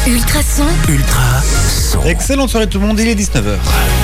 Ultrason. Ultrason. Excellente soirée tout le monde, il est 19h.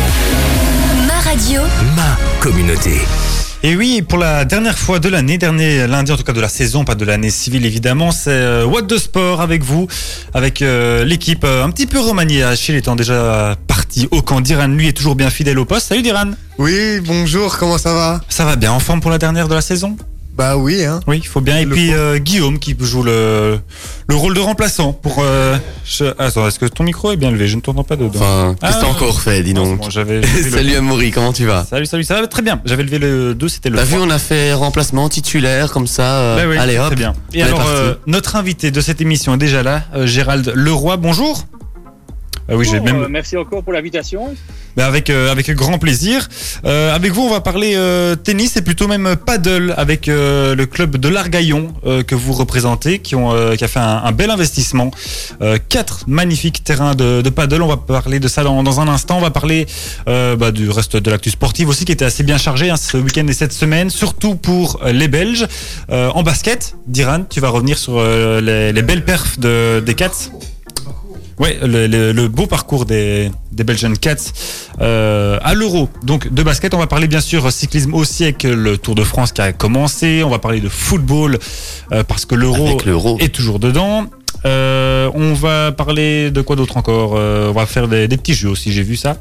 Ma radio. Ma communauté. Et oui, pour la dernière fois de l'année, dernier lundi en tout cas de la saison, pas de l'année civile évidemment, c'est What the Sport avec vous, avec l'équipe un petit peu remaniée. Achille étant déjà parti au camp. Diran, lui, est toujours bien fidèle au poste. Salut Diran. Oui, bonjour, comment ça va? Ça va bien, en forme pour la dernière de la saison? Bah oui, hein. Oui, il faut bien. Et puis Guillaume qui joue le rôle de remplaçant pour... Attends, est-ce que ton micro est bien levé? Je ne t'entends pas dedans. Enfin, qu'est-ce que t'as encore fait, dis donc? Bon, j'avais Salut Amaury, comment tu vas? Salut, ça va très bien. J'avais levé le 2, c'était le 3. T'as vu, on a fait remplacement titulaire, comme ça. Bah oui, allez hop. très bien. Et alors, notre invité de cette émission est déjà là, Gérald Leroy, bonjour. Oui, j'ai même... Merci encore pour l'invitation. Avec grand plaisir. Avec vous, on va parler tennis et plutôt même paddle avec le club de l'Argaillon que vous représentez, qui a fait un bel investissement. 4 magnifiques terrains de paddle. On va parler de ça dans un instant. On va parler du reste de l'actu sportive aussi, qui était assez bien chargé ce week-end et cette semaine, surtout pour les Belges. En basket, Diran, tu vas revenir sur les belles perfs des Cats. Ouais, le beau parcours des Belgian Cats à l'Euro. Donc de basket, on va parler bien sûr cyclisme aussi avec le Tour de France qui a commencé. On va parler de football parce que l'Euro est toujours dedans. On va parler de quoi d'autre encore? On va faire des petits jeux aussi, j'ai vu ça.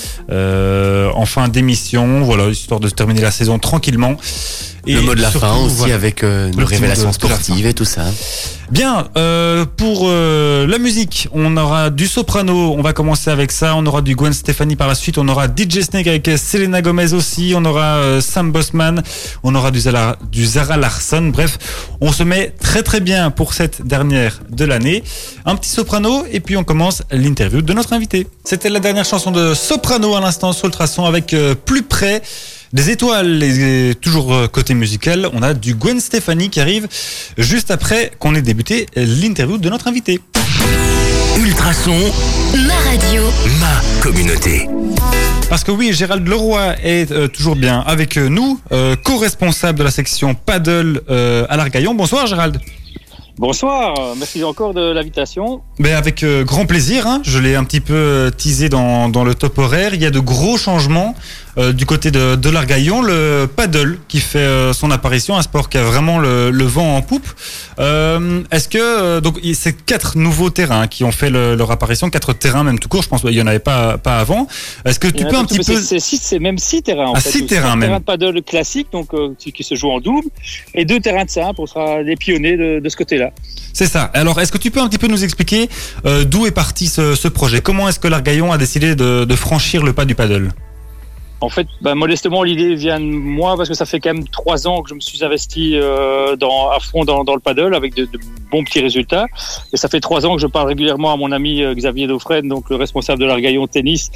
En fin d'émission, voilà, histoire de terminer la saison tranquillement. Et le mot de la fin aussi, voilà, avec nos révélations sportives et tout ça. Bien, pour la musique, on aura du soprano, on va commencer avec ça, on aura du Gwen Stefani par la suite, on aura DJ Snake avec Selena Gomez aussi, on aura Sam Bossman, on aura du Zara Larsson, bref, on se met très très bien pour cette dernière de l'année. Un petit soprano et puis on commence l'interview de notre invité. C'était la dernière chanson de soprano à l'instant sur Ultrason avec Plus près des étoiles, et toujours côté musical, on a du Gwen Stefani qui arrive juste après qu'on ait débuté l'interview de notre invité. Ultrason, ma radio, ma communauté. Parce que oui, Gérald Leroy est toujours bien avec nous, co-responsable de la section paddle à l'Argaillon. Bonsoir Gérald. Bonsoir, merci encore de l'invitation. Mais avec grand plaisir, hein. Je l'ai un petit peu teasé dans le top horaire. Il y a de gros changements du côté de l'Argaillon. Le paddle qui fait son apparition, un sport qui a vraiment le vent en poupe. Est-ce que donc c'est 4 nouveaux terrains qui ont fait leur apparition, 4 terrains même tout court. Je pense qu'il y en avait pas avant. Est-ce que tu peux un petit peu... C'est même 6 terrains en fait. 6 terrains même. Un terrain de paddle classique, donc qui se joue en double, et 2 terrains de simple. On sera les pionniers de ce côté-là. C'est ça. Alors, est-ce que tu peux un petit peu nous expliquer d'où est parti ce projet? Comment est-ce que l'Argaillon a décidé de franchir le pas du paddle? En fait, modestement, l'idée vient de moi parce que ça fait quand même 3 ans que je me suis investi à fond dans le paddle avec de bons petits résultats. Et ça fait 3 ans que je parle régulièrement à mon ami Xavier Daufresne, donc le responsable de l'Argaillon tennis,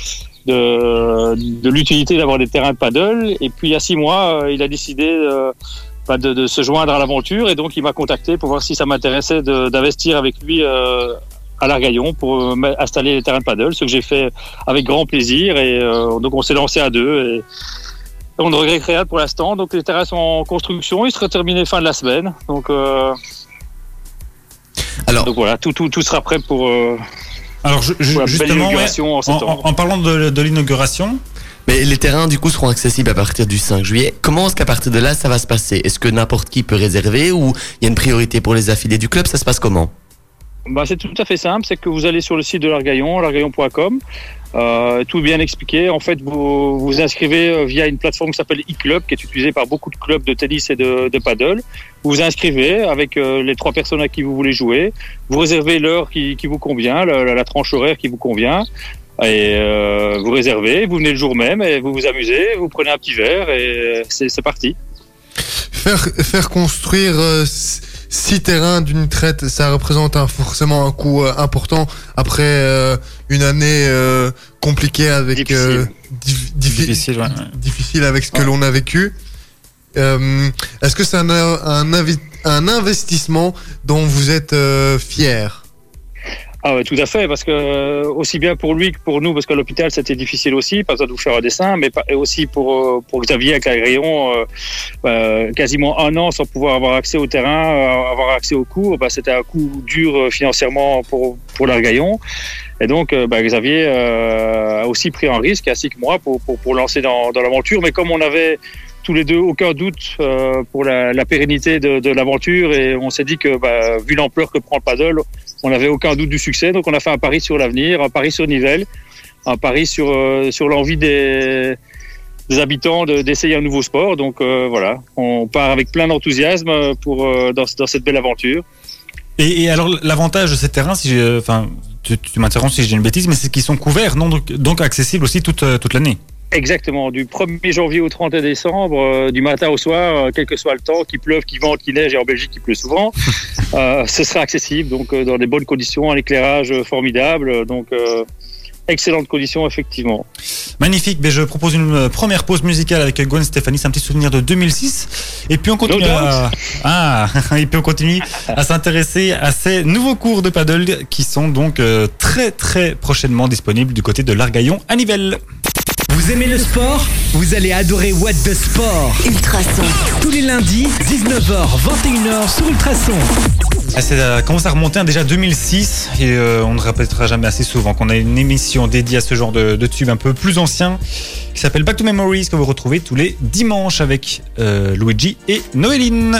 de l'utilité d'avoir des terrains de paddle. Et puis, il y a 6 mois, il a décidé de se joindre à l'aventure, et donc il m'a contacté pour voir si ça m'intéressait d'investir avec lui à l'Argaillon pour installer les terrains de paddle, ce que j'ai fait avec grand plaisir, et donc on s'est lancé à 2 et on ne regrette rien pour l'instant. Donc les terrains sont en construction, ils seront terminés fin de la semaine, donc voilà, tout sera prêt pour alors la justement, belle inauguration en septembre. En parlant de l'inauguration, mais les terrains, du coup, seront accessibles à partir du 5 juillet. Comment est-ce qu'à partir de là, ça va se passer? Est-ce que n'importe qui peut réserver, ou il y a une priorité pour les affiliés du club? Ça se passe comment? C'est tout à fait simple, c'est que vous allez sur le site de l'Argaillon, largaillon.com, tout bien expliqué. En fait, vous vous inscrivez via une plateforme qui s'appelle eClub, qui est utilisée par beaucoup de clubs de tennis et de paddle. Vous vous inscrivez avec les 3 personnes à qui vous voulez jouer. Vous réservez l'heure qui vous convient, la tranche horaire qui vous convient. Et vous réservez, vous venez le jour même et vous vous amusez, vous prenez un petit verre et c'est parti. Faire construire 6 terrains d'une traite, ça représente forcément un coût important après une année compliquée avec difficile avec ce que l'on a vécu. Est-ce que c'est un investissement dont vous êtes fier? Ah ouais, tout à fait, parce que aussi bien pour lui que pour nous, parce qu'à l'hôpital c'était difficile aussi, pas besoin de vous faire un dessin, mais et aussi pour Xavier avec l'Argaillon, quasiment un an sans pouvoir avoir accès au terrain, avoir accès aux cours, c'était un coup dur financièrement pour l'Argaillon. Et donc Xavier a aussi pris un risque, ainsi que moi, pour lancer dans l'aventure, mais comme on avait tous les deux aucun doute pour la pérennité de l'aventure, et on s'est dit que vu l'ampleur que prend le paddle, on n'avait aucun doute du succès, donc on a fait un pari sur l'avenir, un pari sur Nivelles, un pari sur l'envie des habitants d'essayer un nouveau sport. Donc voilà, on part avec plein d'enthousiasme dans cette belle aventure. Et alors l'avantage de ces terrains, tu m'interromps si j'ai une bêtise, mais c'est qu'ils sont couverts, non, donc accessibles aussi toute l'année. Exactement, du 1er janvier au 31 décembre, du matin au soir, quel que soit le temps, qu'il pleuve, qu'il vente, qu'il neige, et en Belgique il pleut souvent, ce sera accessible, donc dans des bonnes conditions, un éclairage formidable, donc excellentes conditions effectivement. Magnifique, mais je propose une première pause musicale avec Gwen Stefani, c'est un petit souvenir de 2006, et puis on continue on continue à s'intéresser à ces nouveaux cours de paddle qui sont donc très très prochainement disponibles du côté de l'Argaillon à Nivelles. Vous aimez le sport ? Vous allez adorer What the Sport. Ultrason. Tous les lundis, 19h, 21h sur Ultrason. Ça commence à remonter déjà 2006 et on ne répétera jamais assez souvent qu'on a une émission dédiée à ce genre de tube un peu plus ancien qui s'appelle Back to Memories, que vous retrouvez tous les dimanches avec Luigi et Noéline.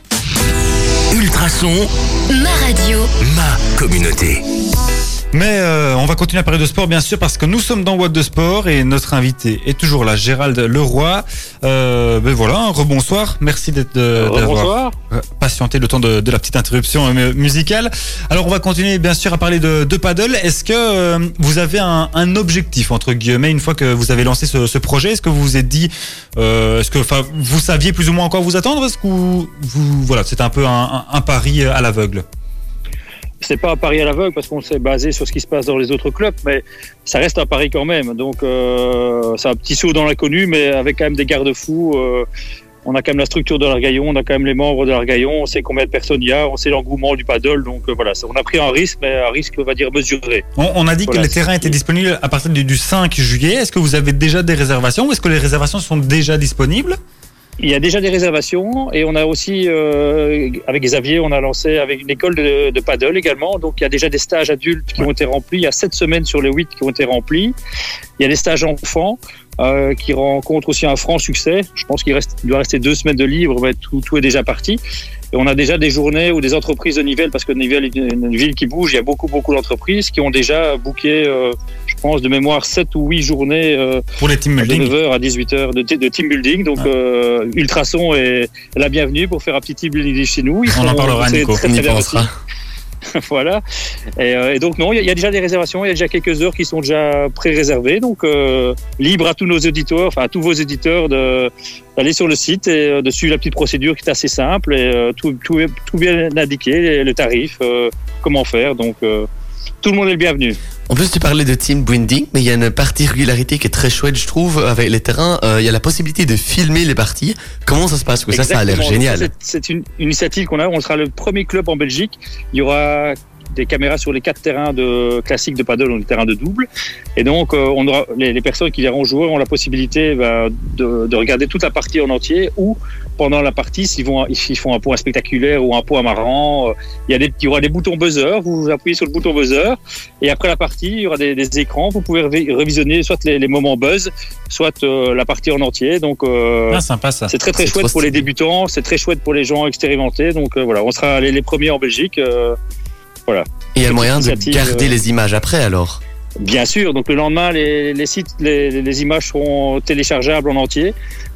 Ultrason, Ma radio. ma communauté. Mais on va continuer à parler de sport bien sûr parce que nous sommes dans What the Sport et notre invité est toujours là, Gérald Leroy. Voilà, un rebonsoir, merci d'avoir patienté le temps de la petite interruption musicale. Alors on va continuer bien sûr à parler de paddle. Est-ce que vous avez un objectif entre guillemets une fois que vous avez lancé ce projet? Est-ce que vous vous êtes dit, vous saviez plus ou moins à quoi vous attendre? Est-ce que voilà, c'était un peu un pari à l'aveugle? C'est pas un pari à l'aveugle parce qu'on s'est basé sur ce qui se passe dans les autres clubs, mais ça reste un pari quand même. Donc c'est un petit saut dans l'inconnu, mais avec quand même des garde-fous. On a quand même la structure de l'Argaillon, on a quand même les membres de l'Argaillon, on sait combien de personnes il y a, on sait l'engouement du paddle. Donc voilà, on a pris un risque, mais un risque, on va dire, mesuré. On a dit que les terrains étaient disponibles à partir du 5 juillet. Est-ce que vous avez déjà des réservations ou est-ce que les réservations sont déjà disponibles? Il y a déjà des réservations et on a aussi, avec Xavier, on a lancé avec une école de paddle également. Donc il y a déjà des stages adultes qui ont été remplis. Il y a 7 semaines sur les 8 qui ont été remplis. Il y a des stages enfants qui rencontrent aussi un franc succès. Je pense qu'il doit rester 2 semaines de libre, mais tout est déjà parti. Et on a déjà des journées où des entreprises de Nivelles, parce que Nivelles est une ville qui bouge, il y a beaucoup d'entreprises qui ont déjà booké, je pense, de mémoire 7 ou 8 journées pour les team building. De 9h à 18h de team building. Donc Ultrason est la bienvenue pour faire un petit team building chez nous. On en parlera, Nico. On y pensera. Voilà. Et donc non, il y a déjà des réservations, il y a déjà quelques heures qui sont déjà pré-réservées. Donc libre à tous nos auditeurs, enfin à tous vos éditeurs d'aller sur le site et de suivre la petite procédure qui est assez simple et tout bien indiqué, le tarif, comment faire. Donc tout le monde est le bienvenu. En plus, tu parlais de team building, mais il y a une particularité qui est très chouette, je trouve, avec les terrains. Il y a la possibilité de filmer les parties. Comment ça se passe? Ça a l'air génial. C'est une initiative qu'on a. On sera le premier club en Belgique. Il y aura des caméras sur les 4 terrains classiques de paddle, donc les terrains de double. Et donc, on aura les personnes qui viendront jouer ont la possibilité de regarder toute la partie en entier ou pendant la partie, s'ils font un point spectaculaire ou un point marrant, il y aura des boutons buzzer, vous appuyez sur le bouton buzzer et après la partie, il y aura des écrans, vous pouvez revisionner soit les moments buzz, soit la partie en entier. Donc, sympa, ça. C'est très très chouette pour les débutants, c'est très chouette pour les gens expérimentés. Donc voilà, on sera les premiers en Belgique. Voilà. Et il y a le moyen de garder les images après alors? Bien sûr, donc le lendemain les images seront téléchargeables en entier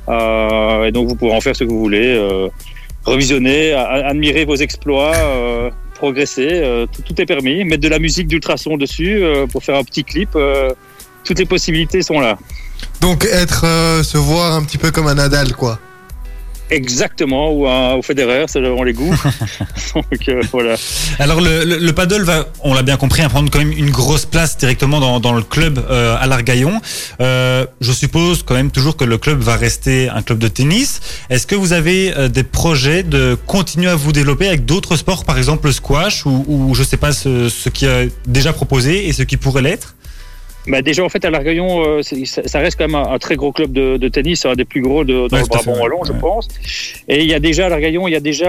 et donc vous pourrez en faire ce que vous voulez, revisionner, admirer vos exploits, progresser, tout est permis, mettre de la musique d'Ultrason dessus pour faire un petit clip, toutes les possibilités sont là. Donc se voir un petit peu comme un Nadal quoi. Exactement, ou au Federer, selon les goûts. Donc voilà. Alors le paddle va, on l'a bien compris, prendre quand même une grosse place directement dans le club à l'Argaillon. Je suppose quand même toujours que le club va rester un club de tennis. Est-ce que vous avez des projets de continuer à vous développer avec d'autres sports, par exemple le squash ou je sais pas ce qui est déjà proposé et ce qui pourrait l'être? Bah déjà en fait à l'Argaillon ça reste quand même un très gros club de tennis, un des plus gros dans le Brabant wallon je pense. Et il y a déjà à l'Argaillon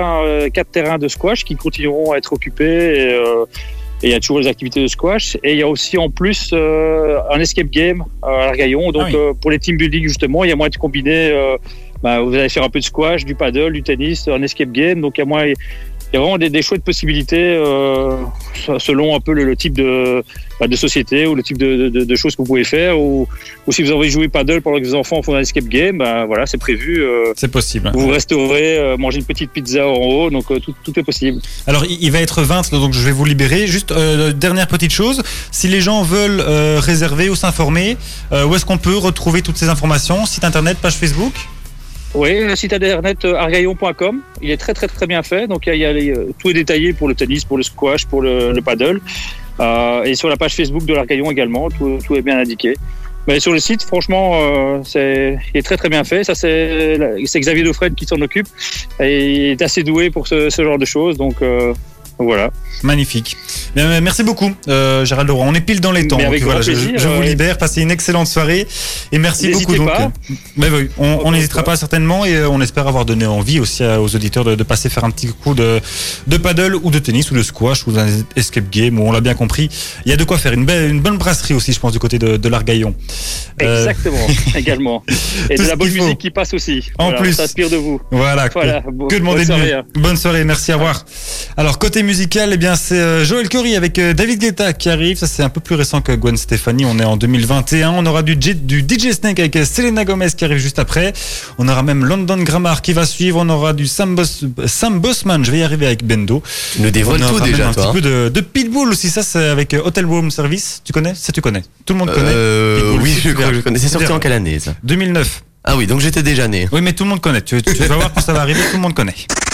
4 terrains de squash qui continueront à être occupés et il y a toujours les activités de squash et il y a aussi en plus un escape game à l'Argaillon. Donc pour les team building justement il y a moyen de combiner vous allez faire un peu de squash, du paddle, du tennis, un escape game. Donc il y a vraiment des chouettes possibilités selon un peu le type de société ou le type de choses que vous pouvez faire ou si vous avez envie de jouer paddle pendant que vos enfants font un escape game, voilà, c'est prévu. C'est possible. Vous restaurez, mangez une petite pizza en haut, donc tout est possible. Alors il va être 20, donc je vais vous libérer. Juste dernière petite chose, si les gens veulent réserver ou s'informer, où est-ce qu'on peut retrouver toutes ces informations? Site internet, page Facebook? Oui, le site internet argaillon.com, il est très très très bien fait, donc tout est détaillé pour le tennis, pour le squash, pour le paddle, et sur la page Facebook de l'Argaillon également, tout est bien indiqué. Mais sur le site, franchement, il est très très bien fait. Ça c'est Xavier Daufred qui s'en occupe, et il est assez doué pour ce genre de choses, donc voilà. Magnifique. Bien, merci beaucoup, Gérald Leroy. On est pile dans les temps. Avec voilà, plaisir, je vous libère. Passez une excellente soirée et merci beaucoup. Donc, oui, on n'hésitera pas certainement et on espère avoir donné envie aussi aux auditeurs de passer faire un petit coup de paddle ou de tennis ou de squash ou d'un escape game où on l'a bien compris. Il y a de quoi faire. Une bonne brasserie aussi, je pense, du côté de l'Argaillon. Exactement, également. Et de la bonne musique qui passe aussi. En plus, ça s'inspire de vous. Voilà. Que demander de mieux. Bonne soirée, merci, au revoir. Alors côté musical, eh bien c'est Joel Corry avec David Guetta qui arrive. Ça c'est un peu plus récent que Gwen Stefani. On est en 2021. On aura du DJ Snake avec Selena Gomez qui arrive juste après. On aura même London Grammar qui va suivre. On aura du Sam Bossman. Je vais y arriver avec Bendo. Tu nous dévoiles tout déjà, un petit peu de Pitbull aussi. Ça c'est avec Hotel Room Service. Tu connais? Ça tu connais? Tout le monde connaît. Oui, je crois que je connais. C'est sorti en quelle année ça? 2009. Ah oui, donc j'étais déjà né. Oui, mais tout le monde connaît. Tu vas voir quand ça va arriver. Tout le monde connaît.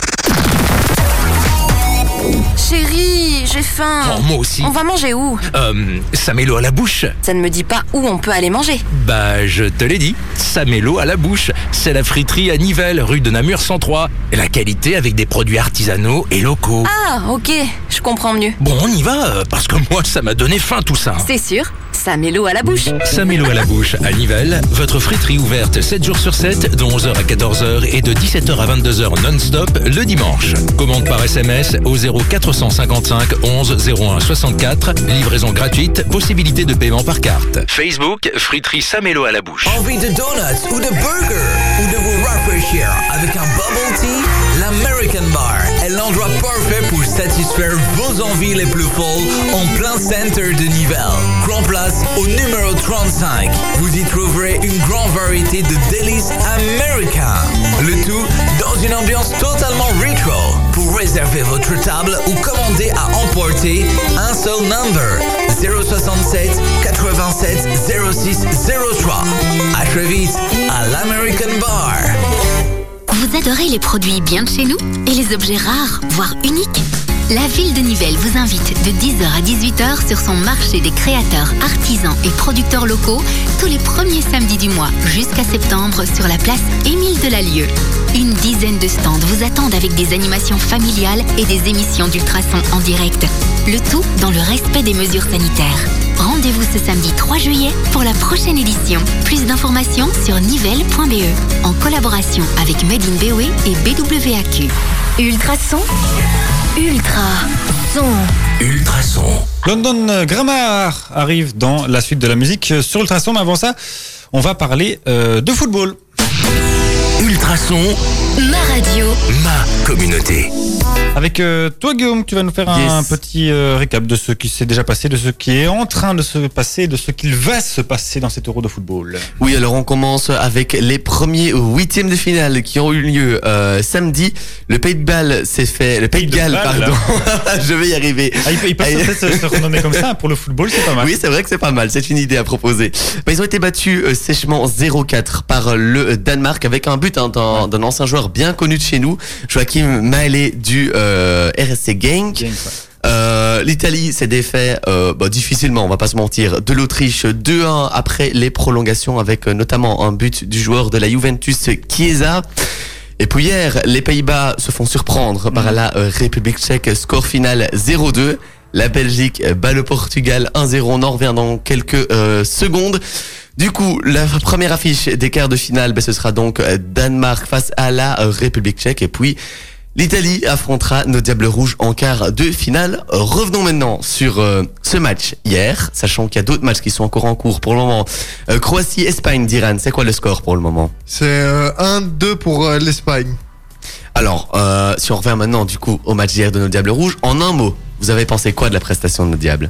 Chérie, j'ai faim. Oh, moi aussi. On va manger où? Ça met l'eau à la bouche. Ça ne me dit pas où on peut aller manger. Bah, je te l'ai dit. Ça met l'eau à la bouche. C'est la friterie à Nivelles, rue de Namur 103. Et la qualité avec des produits artisanaux et locaux. Ah, ok, je comprends mieux. Bon, on y va, parce que moi, ça m'a donné faim tout ça. C'est sûr, ça met l'eau à la bouche. Ça met l'eau à la bouche à Nivelles. Votre friterie ouverte 7 jours sur 7, de 11h à 14h et de 17h à 22h non-stop le dimanche. Commande par SMS au 0455 11 01 64. Livraison gratuite, possibilité de paiement par carte. Facebook, friterie Samélo à la bouche. Envie de donuts ou de burger ou de vous rafraîchir avec un bubble tea? L'American Bar est l'endroit parfait pour satisfaire vos envies les plus folles en plein centre de Nivelles. Grand Place au numéro 35. Vous y trouverez une grande variété de délices américains. Le tout dans une ambiance totalement retro. Pour réserver votre table ou commander à emporter, un seul number 067 87 06 03. À très vite à l'American Bar. Vous adorez les produits bien de chez nous et les objets rares, voire uniques? La ville de Nivelles vous invite de 10h à 18h sur son marché des créateurs, artisans et producteurs locaux tous les premiers samedis du mois jusqu'à septembre sur la place Émile Delalieu. Une dizaine de stands vous attendent avec des animations familiales et des émissions d'ultrasons en direct. Le tout dans le respect des mesures sanitaires. Rendez-vous ce samedi 3 juillet pour la prochaine édition. Plus d'informations sur nivelles.be en collaboration avec Made in BOE et BWAQ. Ultrason. Ultrason. Ultrason. London Grammar arrive dans la suite de la musique sur Ultrason, mais avant ça, on va parler de football. Ultrason. Ma Radio. Ma communauté. Avec toi Guillaume, tu vas nous faire un petit récap de ce qui s'est déjà passé, de ce qui est en train de se passer, de ce qu'il va se passer dans cet Euro de football. Oui, alors on commence avec les premiers huitièmes de finale qui ont eu lieu samedi. Le Pays de Galles s'est fait... Le Pays de Galles, pardon. Je vais y arriver. Ils peuvent peut-être se renommer comme ça. Pour le football, c'est pas mal. Oui, c'est vrai que c'est pas mal. C'est une idée à proposer. Ils ont été battus sèchement 0-4 par le Danemark avec un but d'un ancien joueur bien connu de chez nous, Joachim Maélé du RSC Genk. L'Italie s'est défait difficilement, on va pas se mentir, de l'Autriche 2-1 après les prolongations avec notamment un but du joueur de la Juventus Chiesa. Et puis hier, les Pays-Bas se font surprendre par la République tchèque, score final 0-2. La Belgique bat le Portugal 1-0, on en revient dans quelques secondes. Du coup, la première affiche des quarts de finale, ce sera donc Danemark face à la République tchèque. Et puis, l'Italie affrontera nos Diables Rouges en quart de finale. Revenons maintenant sur ce match hier, sachant qu'il y a d'autres matchs qui sont encore en cours pour le moment. Croatie-Espagne, Diran, c'est quoi le score pour le moment? C'est 1-2 pour l'Espagne. Alors, si on revient maintenant du coup au match d'hier de nos Diables Rouges, en un mot, vous avez pensé quoi de la prestation de nos Diables?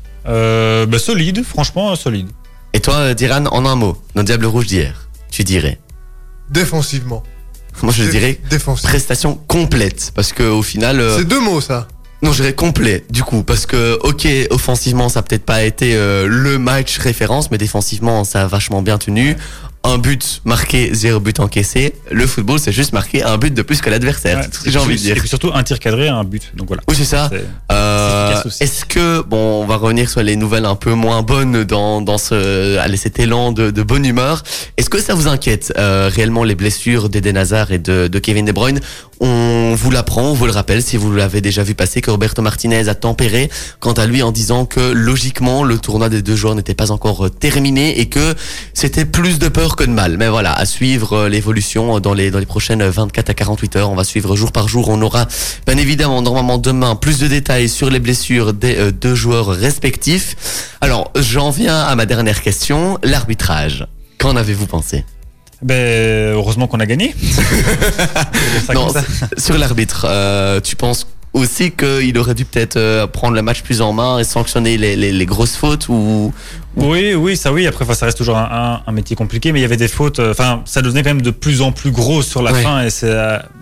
Solide, franchement solide. Et toi, Diran, en un mot, nos Diables Rouges d'hier, tu dirais? Défensivement. Moi, je dirais prestation complète, parce que au final. C'est deux mots, ça. Non, je dirais complet, du coup, parce que ok, offensivement, ça a peut-être pas été le match référence, mais défensivement, ça a vachement bien tenu. Un but marqué, 0 but encaissé. Le football, c'est juste marquer un but de plus que l'adversaire. C'est ce que j'ai envie de dire. Et puis surtout un tir cadré, un but. Donc voilà. Oui, c'est ça. Est-ce que, bon, on va revenir sur les nouvelles un peu moins bonnes dans cet élan de bonne humeur. Est-ce que ça vous inquiète réellement les blessures d'Eden Hazard et de Kevin De Bruyne? On vous l'apprend, on vous le rappelle, si vous l'avez déjà vu passer, que Roberto Martinez a tempéré quant à lui en disant que logiquement le tournoi des deux joueurs n'était pas encore terminé et que c'était plus de peur que de mal. Mais voilà, à suivre l'évolution dans les prochaines 24 à 48 heures. On va suivre jour par jour. On aura bien évidemment normalement demain plus de détails sur les blessures des deux joueurs respectifs. Alors, j'en viens à ma dernière question, l'arbitrage. Qu'en avez-vous pensé? Heureusement qu'on a gagné. Non, sur l'arbitre, tu penses aussi qu'il aurait dû peut-être prendre le match plus en main et sanctionner les grosses fautes ou... Oui, ça oui. Après, ça reste toujours un métier compliqué, mais il y avait des fautes. Ça devenait quand même de plus en plus gros sur la fin et c'est.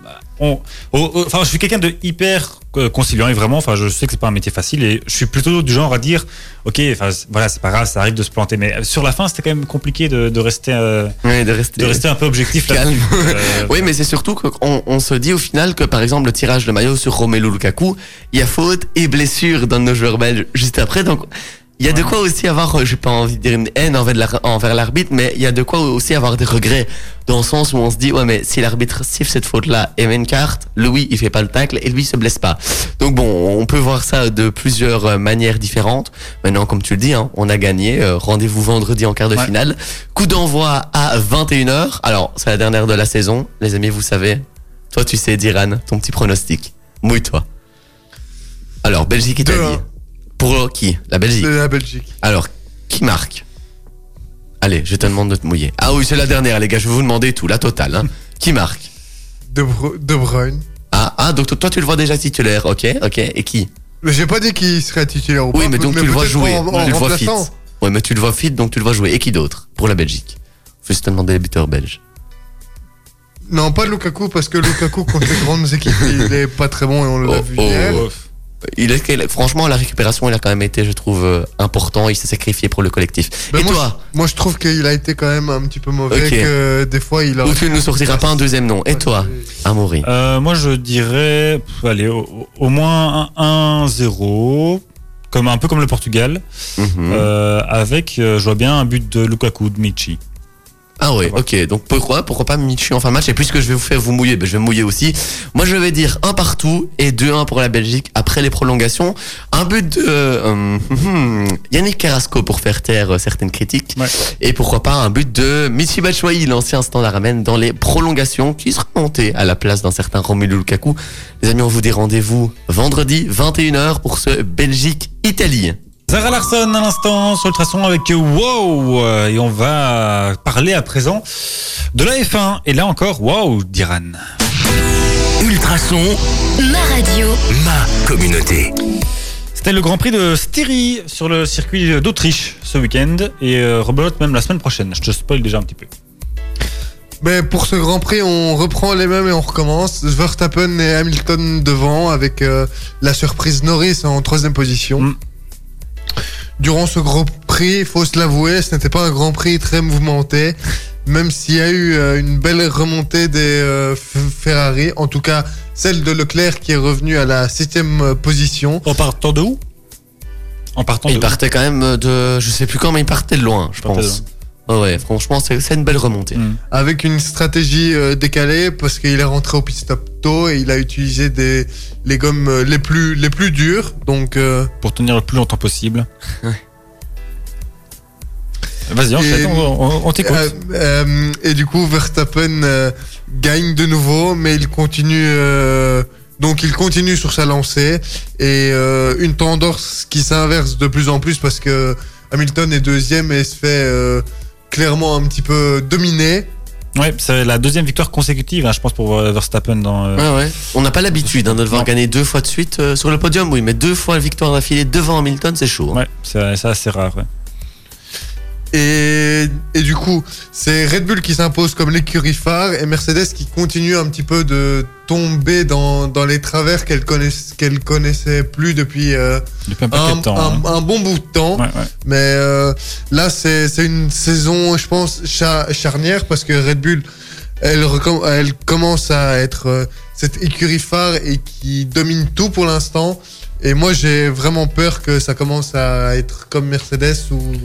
Je suis quelqu'un de hyper conciliant et vraiment, je sais que c'est pas un métier facile et je suis plutôt du genre à dire, ok, voilà, c'est pas grave, ça arrive de se planter, mais sur la fin, c'était quand même compliqué de rester un peu objectif. Calme. Oui, mais c'est surtout qu'on se dit au final que par exemple le tirage de maillot sur Romelu Lukaku, il y a faute et blessure d'un de nos joueurs belges juste après, donc. Il y a de quoi aussi avoir, j'ai pas envie de dire une haine envers l'arbitre, mais il y a de quoi aussi avoir des regrets. Dans le sens où on se dit, ouais, mais si l'arbitre siffle cette faute-là et met une carte, Louis, il fait pas le tacle et lui, il se blesse pas. Donc bon, on peut voir ça de plusieurs manières différentes. Maintenant, comme tu le dis, on a gagné. Rendez-vous vendredi en quart de finale. Coup d'envoi à 21h. Alors, c'est la dernière de la saison. Les amis, vous savez. Toi, tu sais, Diran, ton petit pronostic. Mouille-toi. Alors, Belgique-Italie. Pour qui? La Belgique. La Belgique. Alors, qui marque? Allez, je te demande de te mouiller. Ah oui, c'est la dernière, les gars. Je vais vous demander tout, la totale. Qui marque? De Bruyne. Ah, donc toi, tu le vois déjà titulaire. Ok. Et qui? Mais j'ai pas dit qu'il serait titulaire ou pas. Oui, mais donc tu le vois jouer. Tu le vois fit. remplaçant. Oui, mais tu le vois fit, donc tu le vois jouer. Et qui d'autre pour la Belgique? Faut juste te demander les buteurs belges. Non, pas Lukaku, parce que Lukaku, contre les grandes équipes, il est pas très bon et on l'a vu hier. Franchement, la récupération, il a quand même été, je trouve, important. Il s'est sacrifié pour le collectif. Et toi? Moi, je trouve qu'il a été quand même un petit peu mauvais. Que des fois, il a. Ou tu ne nous sortiras pas un deuxième nom. Et toi, Amaury? Moi, je dirais, allez, au moins 1-0, un peu comme le Portugal, avec, je vois bien un but de Lukaku, de Michi. Ah ouais, ok. Donc pourquoi pas Michu en fin de match? Et puisque je vais vous faire vous mouiller, je vais me mouiller aussi. Moi je vais dire 1 partout et 2-1 pour la Belgique après les prolongations. Un but de Yannick Carrasco pour faire taire certaines critiques. Ouais. Et pourquoi pas un but de Michy Batshuayi, l'ancien Standard Amène, dans les prolongations, qui sera monté à la place d'un certain Romelu Lukaku. Les amis, on vous dit rendez-vous vendredi 21h pour ce Belgique-Italie. Zara Larsson à l'instant sur Ultrason avec Wow, et on va parler à présent de la F1 et là encore Wow, Diran. Ultrason, Ma radio. ma communauté. C'était le Grand Prix de Styrie sur le circuit d'Autriche ce week-end et rebelote même la semaine prochaine. Je te spoil déjà un petit peu. Mais pour ce Grand Prix, on reprend les mêmes et on recommence. Verstappen et Hamilton devant avec la surprise Norris en 3e position. Durant ce Grand Prix, il faut se l'avouer, ce n'était pas un Grand Prix très mouvementé, même s'il y a eu une belle remontée des Ferrari, en tout cas celle de Leclerc qui est revenu à la 7e position. En partant de où? Il partait quand même de... Je sais plus quand, mais il partait de loin, je pense. Oh ouais, franchement, c'est une belle remontée. Avec une stratégie décalée, parce qu'il est rentré au pit stop tôt et il a utilisé les gommes les plus dures. Donc, pour tenir le plus longtemps possible. Vas-y, enchaîne, on t'écoute. Et du coup, Verstappen gagne de nouveau, mais il continue... Donc il continue sur sa lancée et une tendance qui s'inverse de plus en plus parce que Hamilton est 2e et se fait clairement un petit peu dominer. Ouais, c'est la 2e victoire consécutive, je pense, pour Verstappen dans. Ouais. On n'a pas l'habitude de le voir gagner 2 fois de suite sur le podium, oui, mais 2 fois la victoire d'affilée devant Hamilton, c'est chaud. Ouais, c'est assez rare. Ouais. Et du coup, c'est Red Bull qui s'impose comme l'écurie phare et Mercedes qui continue un petit peu de tomber dans les travers qu'elle connaissait plus depuis un bon bout de temps. Ouais. Mais là, c'est une saison, je pense, charnière parce que Red Bull, elle commence à être cette écurie phare et qui domine tout pour l'instant. Et moi, j'ai vraiment peur que ça commence à être comme Mercedes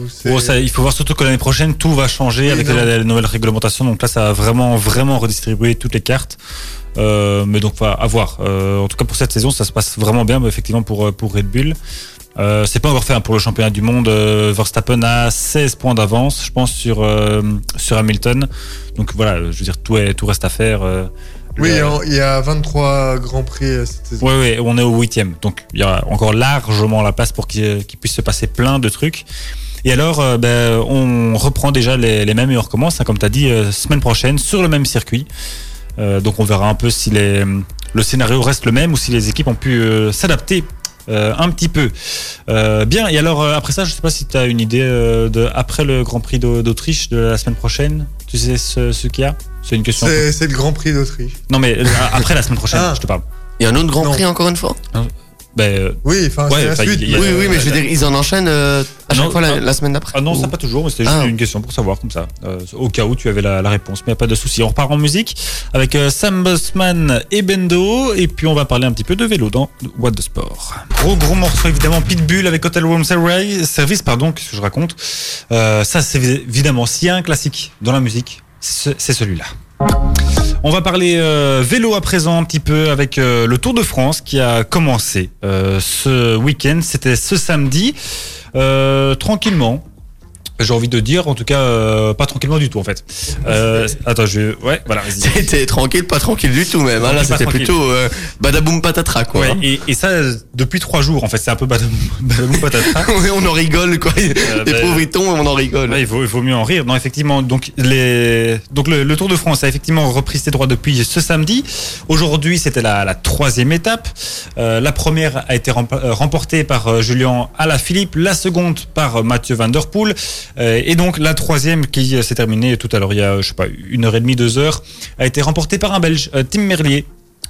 il faut voir surtout que l'année prochaine, tout va changer avec la nouvelle réglementation. Donc là, ça va vraiment redistribuer toutes les cartes. Mais donc, à voir. En tout cas, pour cette saison, ça se passe vraiment bien, mais effectivement, pour Red Bull. C'est pas encore fait pour le championnat du monde. Verstappen a 16 points d'avance, je pense, sur Hamilton. Donc voilà, je veux dire, tout reste à faire. Oui, il y a 23 Grands Prix cette saison. Oui, on est au 8e. Donc, il y a encore largement la place pour qu'il puisse se passer plein de trucs. Et alors, on reprend déjà les mêmes et on recommence, comme tu as dit, semaine prochaine, sur le même circuit. Donc, on verra un peu si le scénario reste le même ou si les équipes ont pu s'adapter un petit peu. Bien, et alors, après ça, je ne sais pas si tu as une idée après le Grand Prix d'Autriche de la semaine prochaine. Tu sais ce qu'il y a? C'est une question. C'est le Grand Prix d'Autriche. Non, mais après la semaine prochaine, je te parle. Il y a un autre Grand Prix encore une fois? Oui, c'est la suite. Oui, mais je veux dire, ils en enchaînent à chaque fois la semaine d'après. Ah non, ça pas toujours, mais c'était juste une question pour savoir comme ça. Au cas où tu avais la réponse, mais il n'y a pas de souci. On repart en musique avec Sam Bossman et Bendo, et puis on va parler un petit peu de vélo dans What the Sport. Gros morceau évidemment, Pitbull avec Hotel Room Service, qu'est-ce que je raconte. Ça c'est évidemment, s'il y a un classique dans la musique, c'est celui-là. On va parler vélo à présent un petit peu avec le Tour de France qui a commencé ce week-end. C'était ce samedi, tranquillement. J'ai envie de dire, en tout cas, pas tranquillement du tout en fait. Attends, ouais, voilà, vas-y. C'était tranquille, pas tranquille du tout même. Là, c'était plutôt badaboum patatra quoi. Ouais, et ça depuis 3 jours en fait, c'est un peu badaboum patatra. Oui, on en rigole quoi. Les pauvritons, on en rigole. Ouais, il vaut mieux en rire. Non, effectivement, donc le Tour de France a effectivement repris ses droits depuis ce samedi. Aujourd'hui, c'était la 3e étape. La première a été remportée par Julien Alaphilippe, la seconde par Mathieu Van Der Poel. Et donc la 3e qui s'est terminée tout à l'heure, il y a 1h30, 2h, a été remportée par un Belge, Tim Merlier,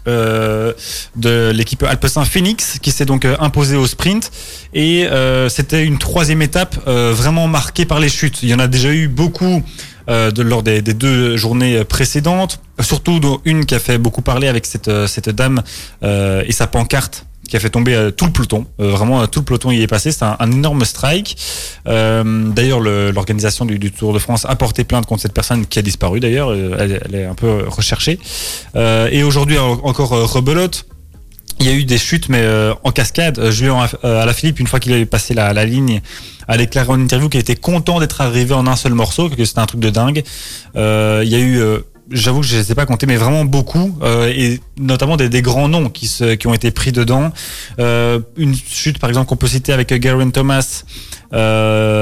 de l'équipe Alpecin Phoenix, qui s'est donc imposé au sprint. Et c'était une 3e étape vraiment marquée par les chutes. Il y en a déjà eu beaucoup lors des 2 journées précédentes, surtout une qui a fait beaucoup parler avec cette dame et sa pancarte qui a fait tomber tout le peloton. Vraiment, tout le peloton y est passé. C'est un énorme strike. D'ailleurs, l'organisation du Tour de France a porté plainte contre cette personne qui a disparu, d'ailleurs. Elle est un peu recherchée. Et aujourd'hui, encore rebelote. Il y a eu des chutes, mais en cascade. Julien Alaphilippe, une fois qu'il avait passé la ligne, a déclaré en interview qu'il était content d'être arrivé en un seul morceau, que c'était un truc de dingue. Il y a eu... j'avoue que je ne les ai pas comptés, mais vraiment beaucoup, et notamment des grands noms qui ont été pris dedans. Une chute, par exemple, qu'on peut citer avec Geraint Thomas,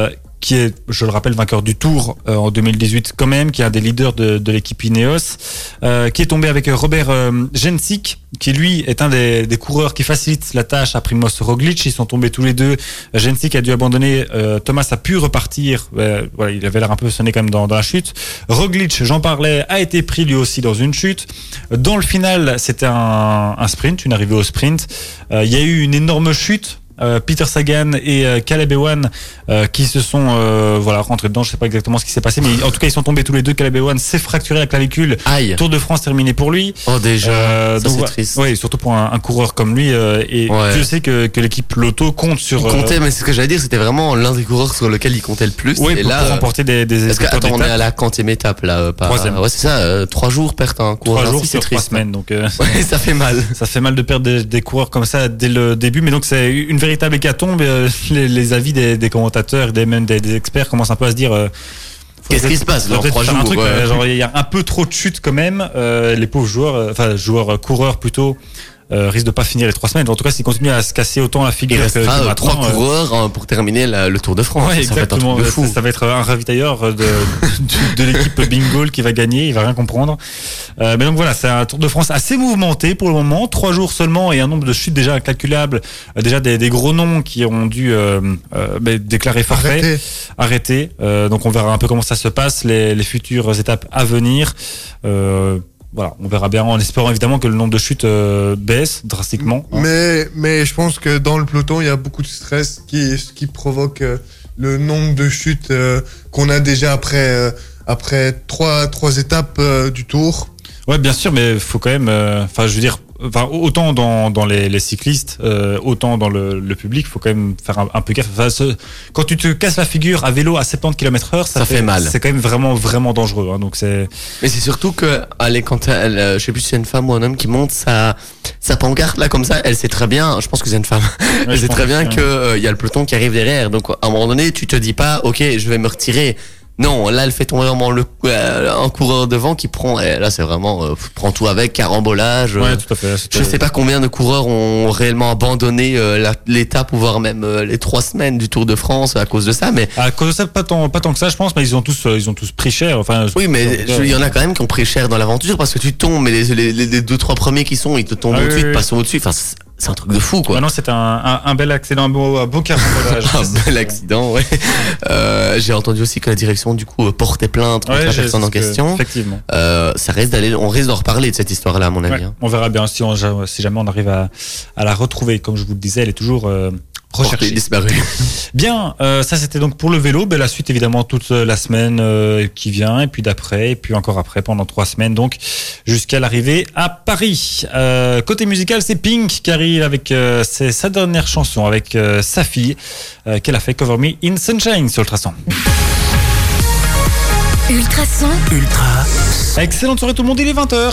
qui est, je le rappelle, vainqueur du Tour en 2018 quand même, qui est un des leaders de l'équipe Ineos, qui est tombé avec Robert Jensik, qui lui est un des coureurs qui facilite la tâche à Primož Roglič. Ils sont tombés tous les deux. Jensik a dû abandonner. Thomas a pu repartir. Voilà, il avait l'air un peu sonné quand même dans la chute. Roglič, j'en parlais, a été pris lui aussi dans une chute. Dans le final, c'était un sprint, une arrivée au sprint. Il y a eu une énorme chute. Peter Sagan et Caleb Ewan qui se sont rentrés dedans. Je sais pas exactement ce qui s'est passé, mais en tout cas ils sont tombés tous les deux. Caleb Ewan s'est fracturé la clavicule. Aïe. Tour de France terminé pour lui. Oh déjà, ça, c'est donc, triste. Oui, surtout pour un coureur comme lui. Et je sais que l'équipe Lotto compte sur. Il comptait, mais c'est ce que j'allais dire, c'était vraiment l'un des coureurs sur lequel il comptait le plus. Oui, et pour remporter des parce que, victoires attends, on est d'étape. à la quantième étape là. Troisième. Ouais, c'est ça. 3 jours perdre un coureur. 3 jours ainsi, sur c'est 3 triste. semaines. Donc Ouais, ça fait mal. ça fait mal de perdre des coureurs comme ça dès le début. Mais donc c'est une véritable hécatombe. Les avis des commentateurs, même des experts commencent un peu à se dire. Qu'est-ce qui se passe dans 3 jours? Genre il y a un peu trop de chutes quand même. Les pauvres joueurs, coureurs plutôt. Risque de pas finir les 3 semaines. En tout cas, s'il continue à se casser autant la figure il restera que 3 coureurs pour terminer le Tour de France. Ouais, ça va être un exactement. truc de fou. Ça va être un ravitailleur de l'équipe Bingo qui va gagner. Il va rien comprendre. Mais donc voilà, c'est un Tour de France assez mouvementé pour le moment. 3 jours seulement et un nombre de chutes déjà incalculable. Déjà des gros noms qui ont dû déclarer forfait, arrêter. Donc on verra un peu comment ça se passe, les futures étapes à venir. Voilà, on verra bien en espérant évidemment que le nombre de chutes baisse drastiquement. Mais je pense que dans le peloton, il y a beaucoup de stress qui provoque le nombre de chutes qu'on a déjà après trois étapes du Tour. Ouais, bien sûr, mais faut quand même, je veux dire, autant dans les cyclistes, autant dans le public, faut quand même faire un peu gaffe. Quand tu te casses la figure à vélo à 70 km/h, ça fait mal. C'est quand même vraiment dangereux. Hein, donc c'est. Mais c'est surtout que, quand je sais plus si c'est une femme ou un homme qui monte sa pancarte là comme ça, elle sait très bien. Je pense que c'est une femme. Ouais, elle sait très bien que y a le peloton qui arrive derrière. Donc à un moment donné, tu te dis pas, ok, je vais me retirer. Non, là, elle fait tomber vraiment un coureur devant qui prend, et là, c'est vraiment, prend tout avec, carambolage. Ouais, tout à fait. Je sais pas combien de coureurs ont réellement abandonné l'étape ou voire même les 3 semaines du Tour de France à cause de ça, mais. À cause de ça, pas tant que ça, je pense, mais ils ont tous pris cher. Enfin. Oui, mais il y en a quand même qui ont pris cher dans l'aventure parce que tu tombes, mais les 2-3 premiers qui sont, ils te tombent au-dessus, ils te passent au-dessus. Enfin, c'est un truc de fou, quoi. Non, c'est un bel accident, un beau carambolage. Un bel accident, ouais. J'ai entendu aussi que la direction, du coup, portait plainte contre la personne en question. Effectivement. Ça risque on risque d'en reparler de cette histoire-là, à mon avis. Ouais, on verra bien si jamais on arrive à la retrouver. Comme je vous le disais, elle est toujours recherchée. Disparue. Bien, ça c'était donc pour le vélo. La suite évidemment toute la semaine qui vient, et puis d'après, et puis encore après pendant 3 semaines, donc jusqu'à l'arrivée à Paris. Côté musical, c'est Pink qui arrive avec sa dernière chanson avec sa fille qu'elle a fait Cover Me in Sunshine sur Ultrason. Ultrason. Excellente soirée tout le monde, il est 20h.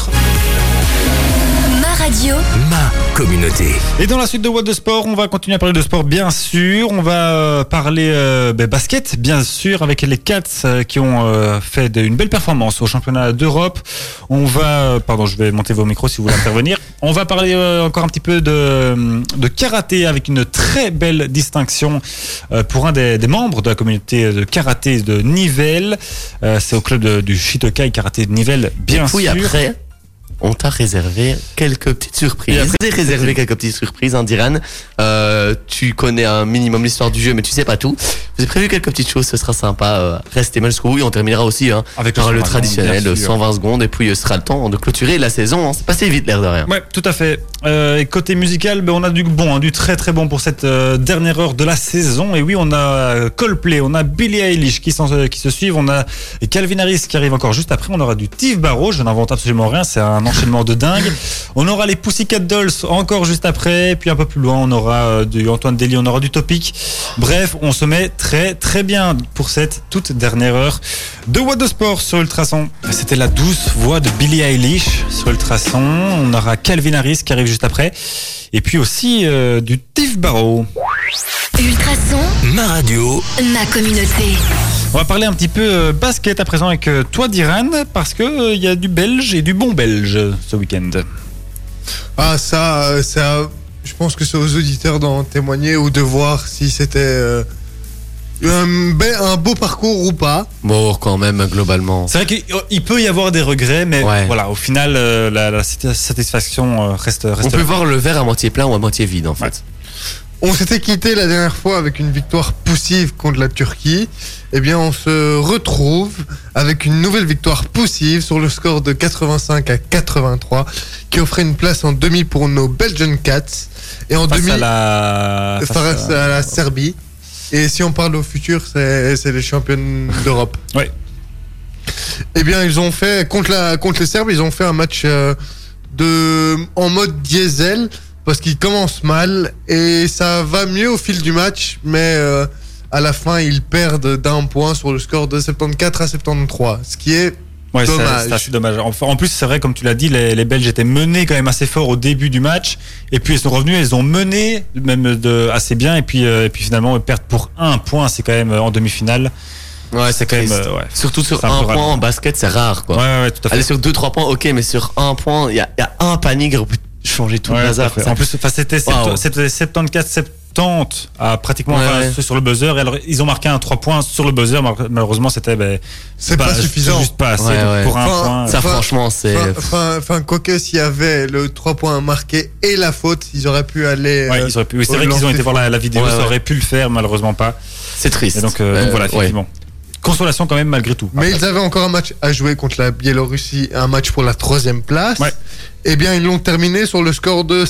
Ma radio. Ma communauté. Et dans la suite de What the Sport, on va continuer à parler de sport, bien sûr. On va parler basket, bien sûr, avec les Cats qui ont fait une belle performance au championnat d'Europe. On va, pardon, je vais monter vos micros si vous voulez intervenir. On va parler encore un petit peu de karaté avec une très belle distinction pour un des membres de la communauté de karaté de Nivelles. C'est au club du Shitokai Karaté de Nivelles, bien sûr. Et puis après, on t'a réservé quelques petites surprises. Quelques petites surprises, hein, Diran. Tu connais un minimum l'histoire du jeu, mais tu sais pas tout. Vous avez prévu quelques petites choses, ce sera sympa. Restez mal jusqu'au bout et on terminera aussi avec le traditionnel 120 secondes et puis ce sera le temps de clôturer la saison. Hein. C'est passé vite, l'air de rien. Ouais, tout à fait. Et côté musical, on a du bon, du très très bon pour cette dernière heure de la saison. Et oui, on a Coldplay, on a Billie Eilish qui se suivent, on a Calvin Harris qui arrive encore juste après. On aura du Steve Barrow, je n'invente absolument rien, c'est un enchaînement de dingue. On aura les Pussycat Dolls encore juste après, et puis un peu plus loin on aura du Antoine Dely, on aura du Topic. Bref, on se met très très bien pour cette toute dernière heure de What the Sport sur Ultrason. C'était la douce voix de Billie Eilish sur Ultrason. On aura Calvin Harris qui arrive juste après, et puis aussi du Steve Barrow. Ultrason, ma radio, ma communauté. On va parler un petit peu basket à présent avec toi, Diran, parce que y a du belge et du bon belge ce week-end. Ah, ça, je pense que c'est aux auditeurs d'en témoigner ou de voir si c'était Un beau parcours ou pas. Bon, quand même, globalement. C'est vrai qu'il peut y avoir des regrets, mais Ouais. voilà, au final, la satisfaction reste. On peut voir le verre à moitié plein ou à moitié vide, en fait. On s'était quitté la dernière fois avec une victoire poussive contre la Turquie. Eh bien, on se retrouve avec une nouvelle victoire poussive sur le score de 85-83, qui offrait une place en demi pour nos Belgian Cats et en demi face à la Serbie. Et si on parle au futur, c'est les championnes d'Europe. Ouais. Eh bien, ils ont fait contre les Serbes, ils ont fait un match en mode diesel. Parce qu'ils commencent mal et ça va mieux au fil du match, mais à la fin ils perdent d'un point sur le score de 74-73, ce qui est dommage. C'est assez dommage. En plus, c'est vrai, comme tu l'as dit, les Belges étaient menés quand même assez fort au début du match, et puis ils sont revenus, ils ont mené même assez bien, et puis finalement ils perdent pour 1 point, c'est quand même en demi-finale. Ouais, c'est quand même. Surtout sur un point en basket, c'est rare, quoi. Ouais, tout à fait. Aller sur 2-3 points, ok, mais sur 1 point, il y a un panique. Changer tout le bazar. En plus, c'était 74-70 à pratiquement sur le buzzer. Et alors, ils ont marqué un 3 points sur le buzzer. Malheureusement, c'était c'est pas suffisant. Juste pas assez pour un point. Ça, franchement, c'est. Quoique s'il y avait le 3 points marqué et la faute, ils auraient pu aller. Ouais, ils auraient pu. C'est vrai qu'ils ont été voir la vidéo. Ça aurait pu le faire, malheureusement pas. C'est triste. Et donc voilà, effectivement. Consolation quand même malgré tout. Mais ils avaient encore un match à jouer contre la Biélorussie, un match pour la 3e place. Ouais. Eh bien, ils l'ont terminé sur le score de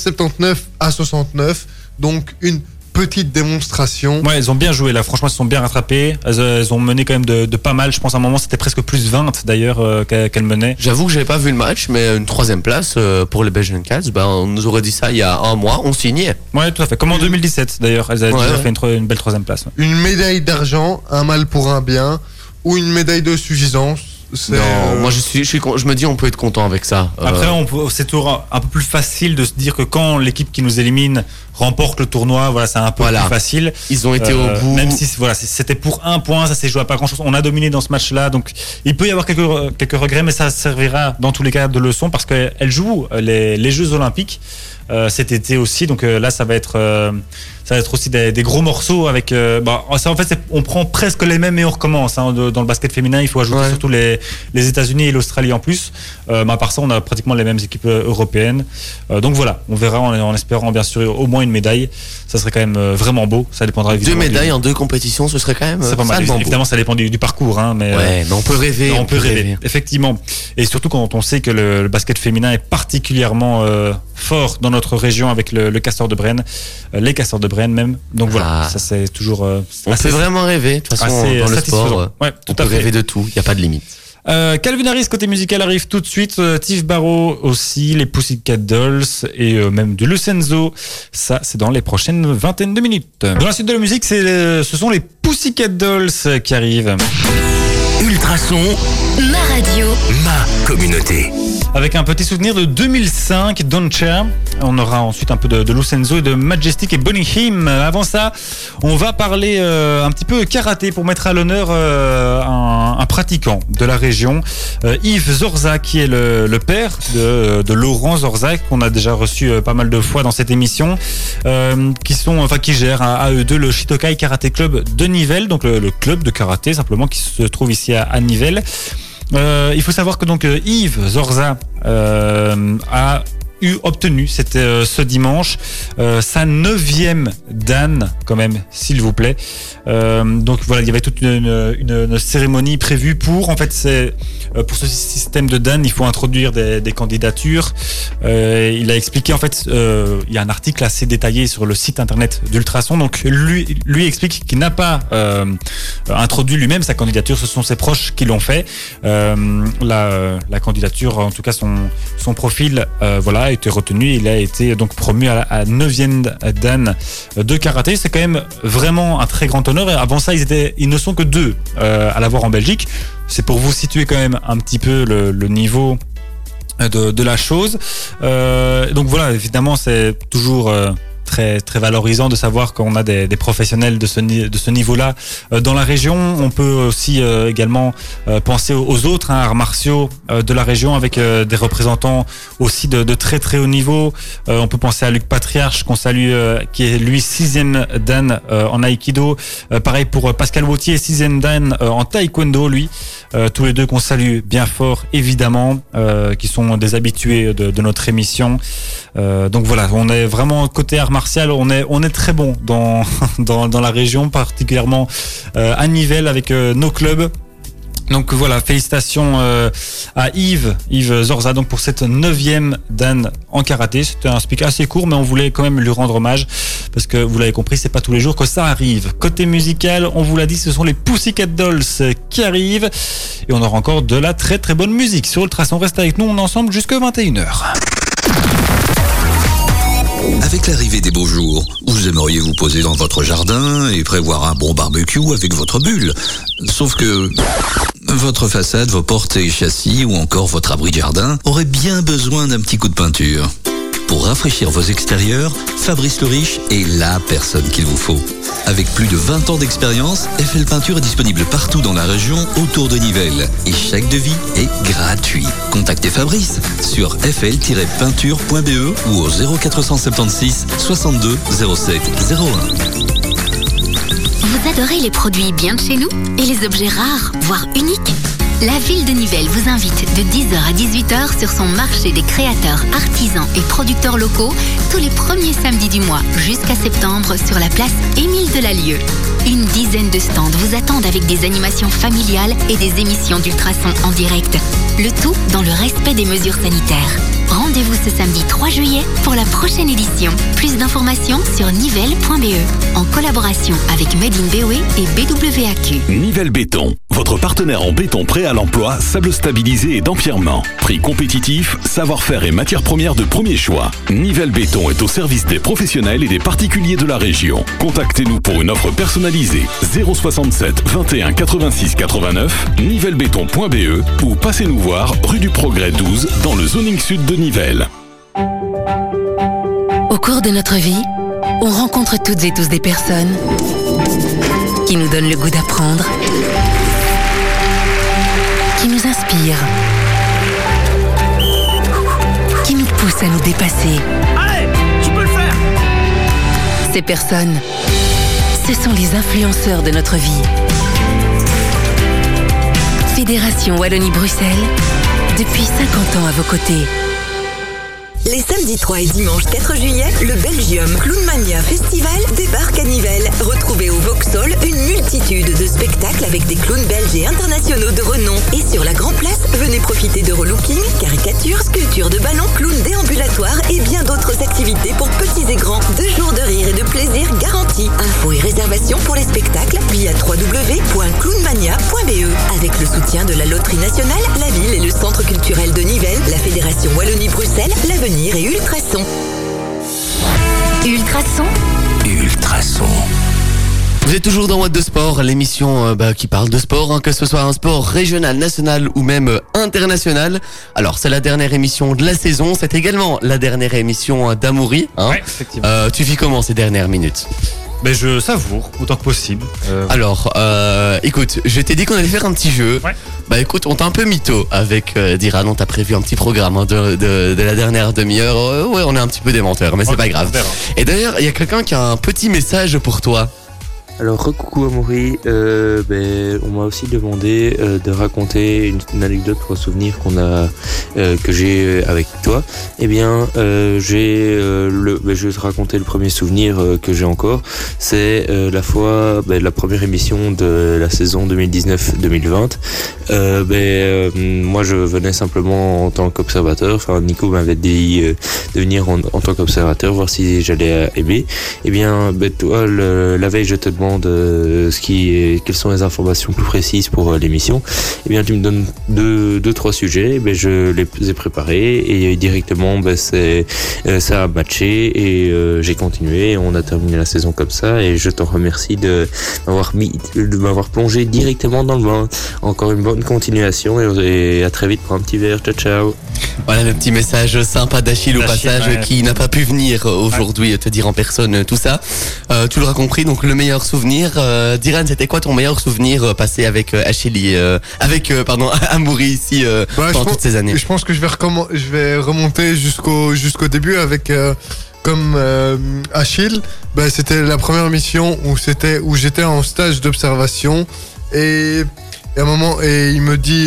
79-69, donc une petite démonstration. Ouais, ils ont bien joué là, franchement, ils se sont bien rattrapés. Elles ont mené quand même de pas mal. Je pense à un moment, c'était presque plus 20 d'ailleurs qu'elles menaient. J'avoue que j'avais pas vu le match, mais une 3e place pour les Belgian Cats, on nous aurait dit ça il y a un mois, on signait. Ouais, tout à fait. Comme en 2017 d'ailleurs, elles avaient déjà fait une belle 3e place. Ouais. Une médaille d'argent, un mal pour un bien, ou une médaille de suffisance. Non, moi je me dis on peut être content avec ça. Après, c'est toujours un peu plus facile de se dire que quand l'équipe qui nous élimine remporte le tournoi, voilà, c'est un peu plus facile. Ils ont été au bout. Même si c'était pour 1 point, ça s'est joué à pas grand chose. On a dominé dans ce match-là, donc il peut y avoir quelques regrets, mais ça servira dans tous les cas de leçon parce qu'elle joue les Jeux Olympiques cet été aussi. Donc là, ça va être aussi des gros morceaux avec. Ça, en fait, on prend presque les mêmes et on recommence. Dans le basket féminin, il faut ajouter surtout les États-Unis et l'Australie en plus. À part ça, on a pratiquement les mêmes équipes européennes. Donc voilà, on verra en espérant bien sûr au moins une médaille. Ça serait quand même vraiment beau. Ça dépendra évidemment. 2 médailles en 2 compétitions, ce serait quand même. C'est pas mal. Évidemment, ça dépend du parcours, mais. Ouais, mais on peut rêver. On peut rêver, effectivement. Et surtout quand on sait que le basket féminin est particulièrement fort dans notre région avec le Castor de Brenne, les Castors de Brenne même. Donc voilà, ça c'est toujours. On peut vraiment rêver. De toute façon, dans le sport, on peut rêver de tout. Il n'y a pas de limite. Calvin Harris côté musical arrive tout de suite. Tiff Barrow aussi, les Pussycat Dolls et même du Lucenzo. Ça, c'est dans les prochaines vingtaines de minutes. Dans la suite de la musique, ce sont les Pussycat Dolls qui arrivent. Ultrason, ma radio, ma communauté. Avec un petit souvenir de 2005, Don't Care. On aura ensuite un peu de Lucenzo et de Majestic et Bonnie Him. Avant ça, on va parler un petit peu karaté pour mettre à l'honneur un pratiquant de la région, Yves Zorza, qui est le père de Laurent Zorza, qu'on a déjà reçu pas mal de fois dans cette émission, qui gère à eux deux le Shitokai Karaté Club de Nivelles, donc le club de karaté simplement qui se trouve ici à Nivelles. Il faut savoir que donc Yves Zorza a obtenu, c'était ce dimanche, sa 9e dan quand même, s'il vous plaît. Donc voilà, il y avait toute une cérémonie prévue pour, en fait, pour ce système de dan, il faut introduire des candidatures. Il a expliqué, en fait, il y a un article assez détaillé sur le site internet d'Ultrason. Donc lui explique qu'il n'a pas introduit lui-même sa candidature, ce sont ses proches qui l'ont fait. La candidature, en tout cas son profil, a été retenu. Il a été donc promu à 9e dan de karaté. C'est quand même vraiment un très grand honneur. Et avant ça, ils ne sont que 2 à l'avoir en Belgique. C'est pour vous situer quand même un petit peu le niveau de la chose. Donc voilà, évidemment, c'est toujours très très valorisant de savoir qu'on a des professionnels de ce niveau-là dans la région. On peut aussi également penser aux autres arts martiaux de la région avec des représentants aussi de très très haut niveau. On peut penser à Luc Patriarche qu'on salue, qui est lui 6e dan en Aikido. Pareil pour Pascal Wautier, 6e dan en Taekwondo, lui. Tous les deux qu'on salue bien fort, évidemment, qui sont des habitués de notre émission. Donc voilà, on est vraiment côté art martial, on est très bon dans la région, particulièrement à Nivelles avec nos clubs. Donc voilà, félicitations à Yves Zorza donc pour cette 9e dan en karaté. C'était un speak assez court, mais on voulait quand même lui rendre hommage parce que vous l'avez compris, c'est pas tous les jours que ça arrive. Côté musical, on vous l'a dit, ce sont les Pussycat Dolls qui arrivent et on aura encore de la très très bonne musique sur Ultrason. Reste avec nous, on est ensemble jusqu'à 21h. Avec l'arrivée des beaux jours, vous aimeriez vous poser dans votre jardin et prévoir un bon barbecue avec votre bulle. Sauf que votre façade, vos portes et châssis ou encore votre abri de jardin auraient bien besoin d'un petit coup de peinture. Pour rafraîchir vos extérieurs, Fabrice le Riche est la personne qu'il vous faut. Avec plus de 20 ans d'expérience, FL Peinture est disponible partout dans la région autour de Nivelles. Et chaque devis est gratuit. Contactez Fabrice sur fl-peinture.be ou au 0476 62 07 01. Vous adorez les produits bien de chez nous et les objets rares, voire uniques? La ville de Nivelles vous invite de 10h à 18h sur son marché des créateurs, artisans et producteurs locaux tous les premiers samedis du mois jusqu'à septembre sur la place Émile Delalieu. Une dizaine de stands vous attendent avec des animations familiales et des émissions d'ultrasons en direct. Le tout dans le respect des mesures sanitaires. Rendez-vous ce samedi 3 juillet pour la prochaine édition. Plus d'informations sur nivelles.be en collaboration avec Made in BOE et BWAQ. Nivelles Béton, votre partenaire en béton prêt à l'emploi, sable stabilisé et d'empierrement. Prix compétitif, savoir-faire et matières premières de premier choix. Nivelles Béton est au service des professionnels et des particuliers de la région. Contactez-nous pour une offre personnalisée 067 21 86 89 nivellebéton.be ou passez-nous voir rue du Progrès 12 dans le zoning sud de Nivelles. Au cours de notre vie, on rencontre toutes et tous des personnes qui nous donnent le goût d'apprendre, qui nous inspirent, qui nous poussent à nous dépasser. Allez, tu peux le faire! Ces personnes, ce sont les influenceurs de notre vie. Fédération Wallonie-Bruxelles, depuis 50 ans à vos côtés. Les samedis 3 et dimanche 4 juillet, le Belgium Clownmania Festival débarque à Nivelles. Retrouvez au Vauxhall une multitude de spectacles avec des clowns belges et internationaux de renom. Et sur la Grand Place, venez profiter de relooking, caricatures, sculptures de ballons, clowns déambulatoires et bien d'autres activités pour petits et grands. 2 jours de rire et de plaisir garantis. Infos et réservations pour les spectacles via www.clownmania.be. Avec le soutien de la Loterie Nationale, la ville et le Centre culturel de Nivelles, la Fédération Wallonie-Bruxelles, l'Avenir et Ultrason. Ultrason. Ultrason. Vous êtes toujours dans What de Sport, l'émission qui parle de sport, hein, que ce soit un sport régional, national ou même international. Alors, c'est la dernière émission de la saison, c'est également la dernière émission d'Amaury. Hein. Ouais, effectivement. Tu vis comment ces dernières minutes ? Ben je savoure autant que possible. Alors, écoute, je t'ai dit qu'on allait faire un petit jeu. Ouais. Bah écoute, on t'a un peu mytho avec Dira. Non, t'as prévu un petit programme hein, de la dernière demi-heure. Ouais, on est un petit peu des menteurs, mais c'est pas grave. Et d'ailleurs, il y a quelqu'un qui a un petit message pour toi. Alors, recoucou Amaury, on m'a aussi demandé de raconter une anecdote ou un souvenir que j'ai avec toi. Eh bien, je vais te raconter le premier souvenir que j'ai encore. C'est la première émission de la saison 2019-2020. Moi, je venais simplement en tant qu'observateur. Enfin, Nico m'avait dit de venir en tant qu'observateur, voir si j'allais aimer. Eh bien, toi, la veille, je te demande demande quelles sont les informations plus précises pour l'émission, eh bien tu me donnes deux, trois sujets, ben je les ai préparés et directement ça a matché et j'ai continué. On a terminé la saison comme ça et je t'en remercie de m'avoir plongé directement dans le bain. Encore une bonne continuation et à très vite pour un petit verre. Ciao ciao. Voilà le petit message sympa d'Achille au passage qui n'a pas pu venir aujourd'hui te dire en personne tout ça. Tu l'auras compris, donc le meilleur souvenir. Diran, c'était quoi ton meilleur souvenir passé avec Achille, Amaury ici pendant toutes ces années? Je pense que je vais remonter jusqu'au début avec comme Achille. C'était la première mission où j'étais en stage d'observation et à un moment il me dit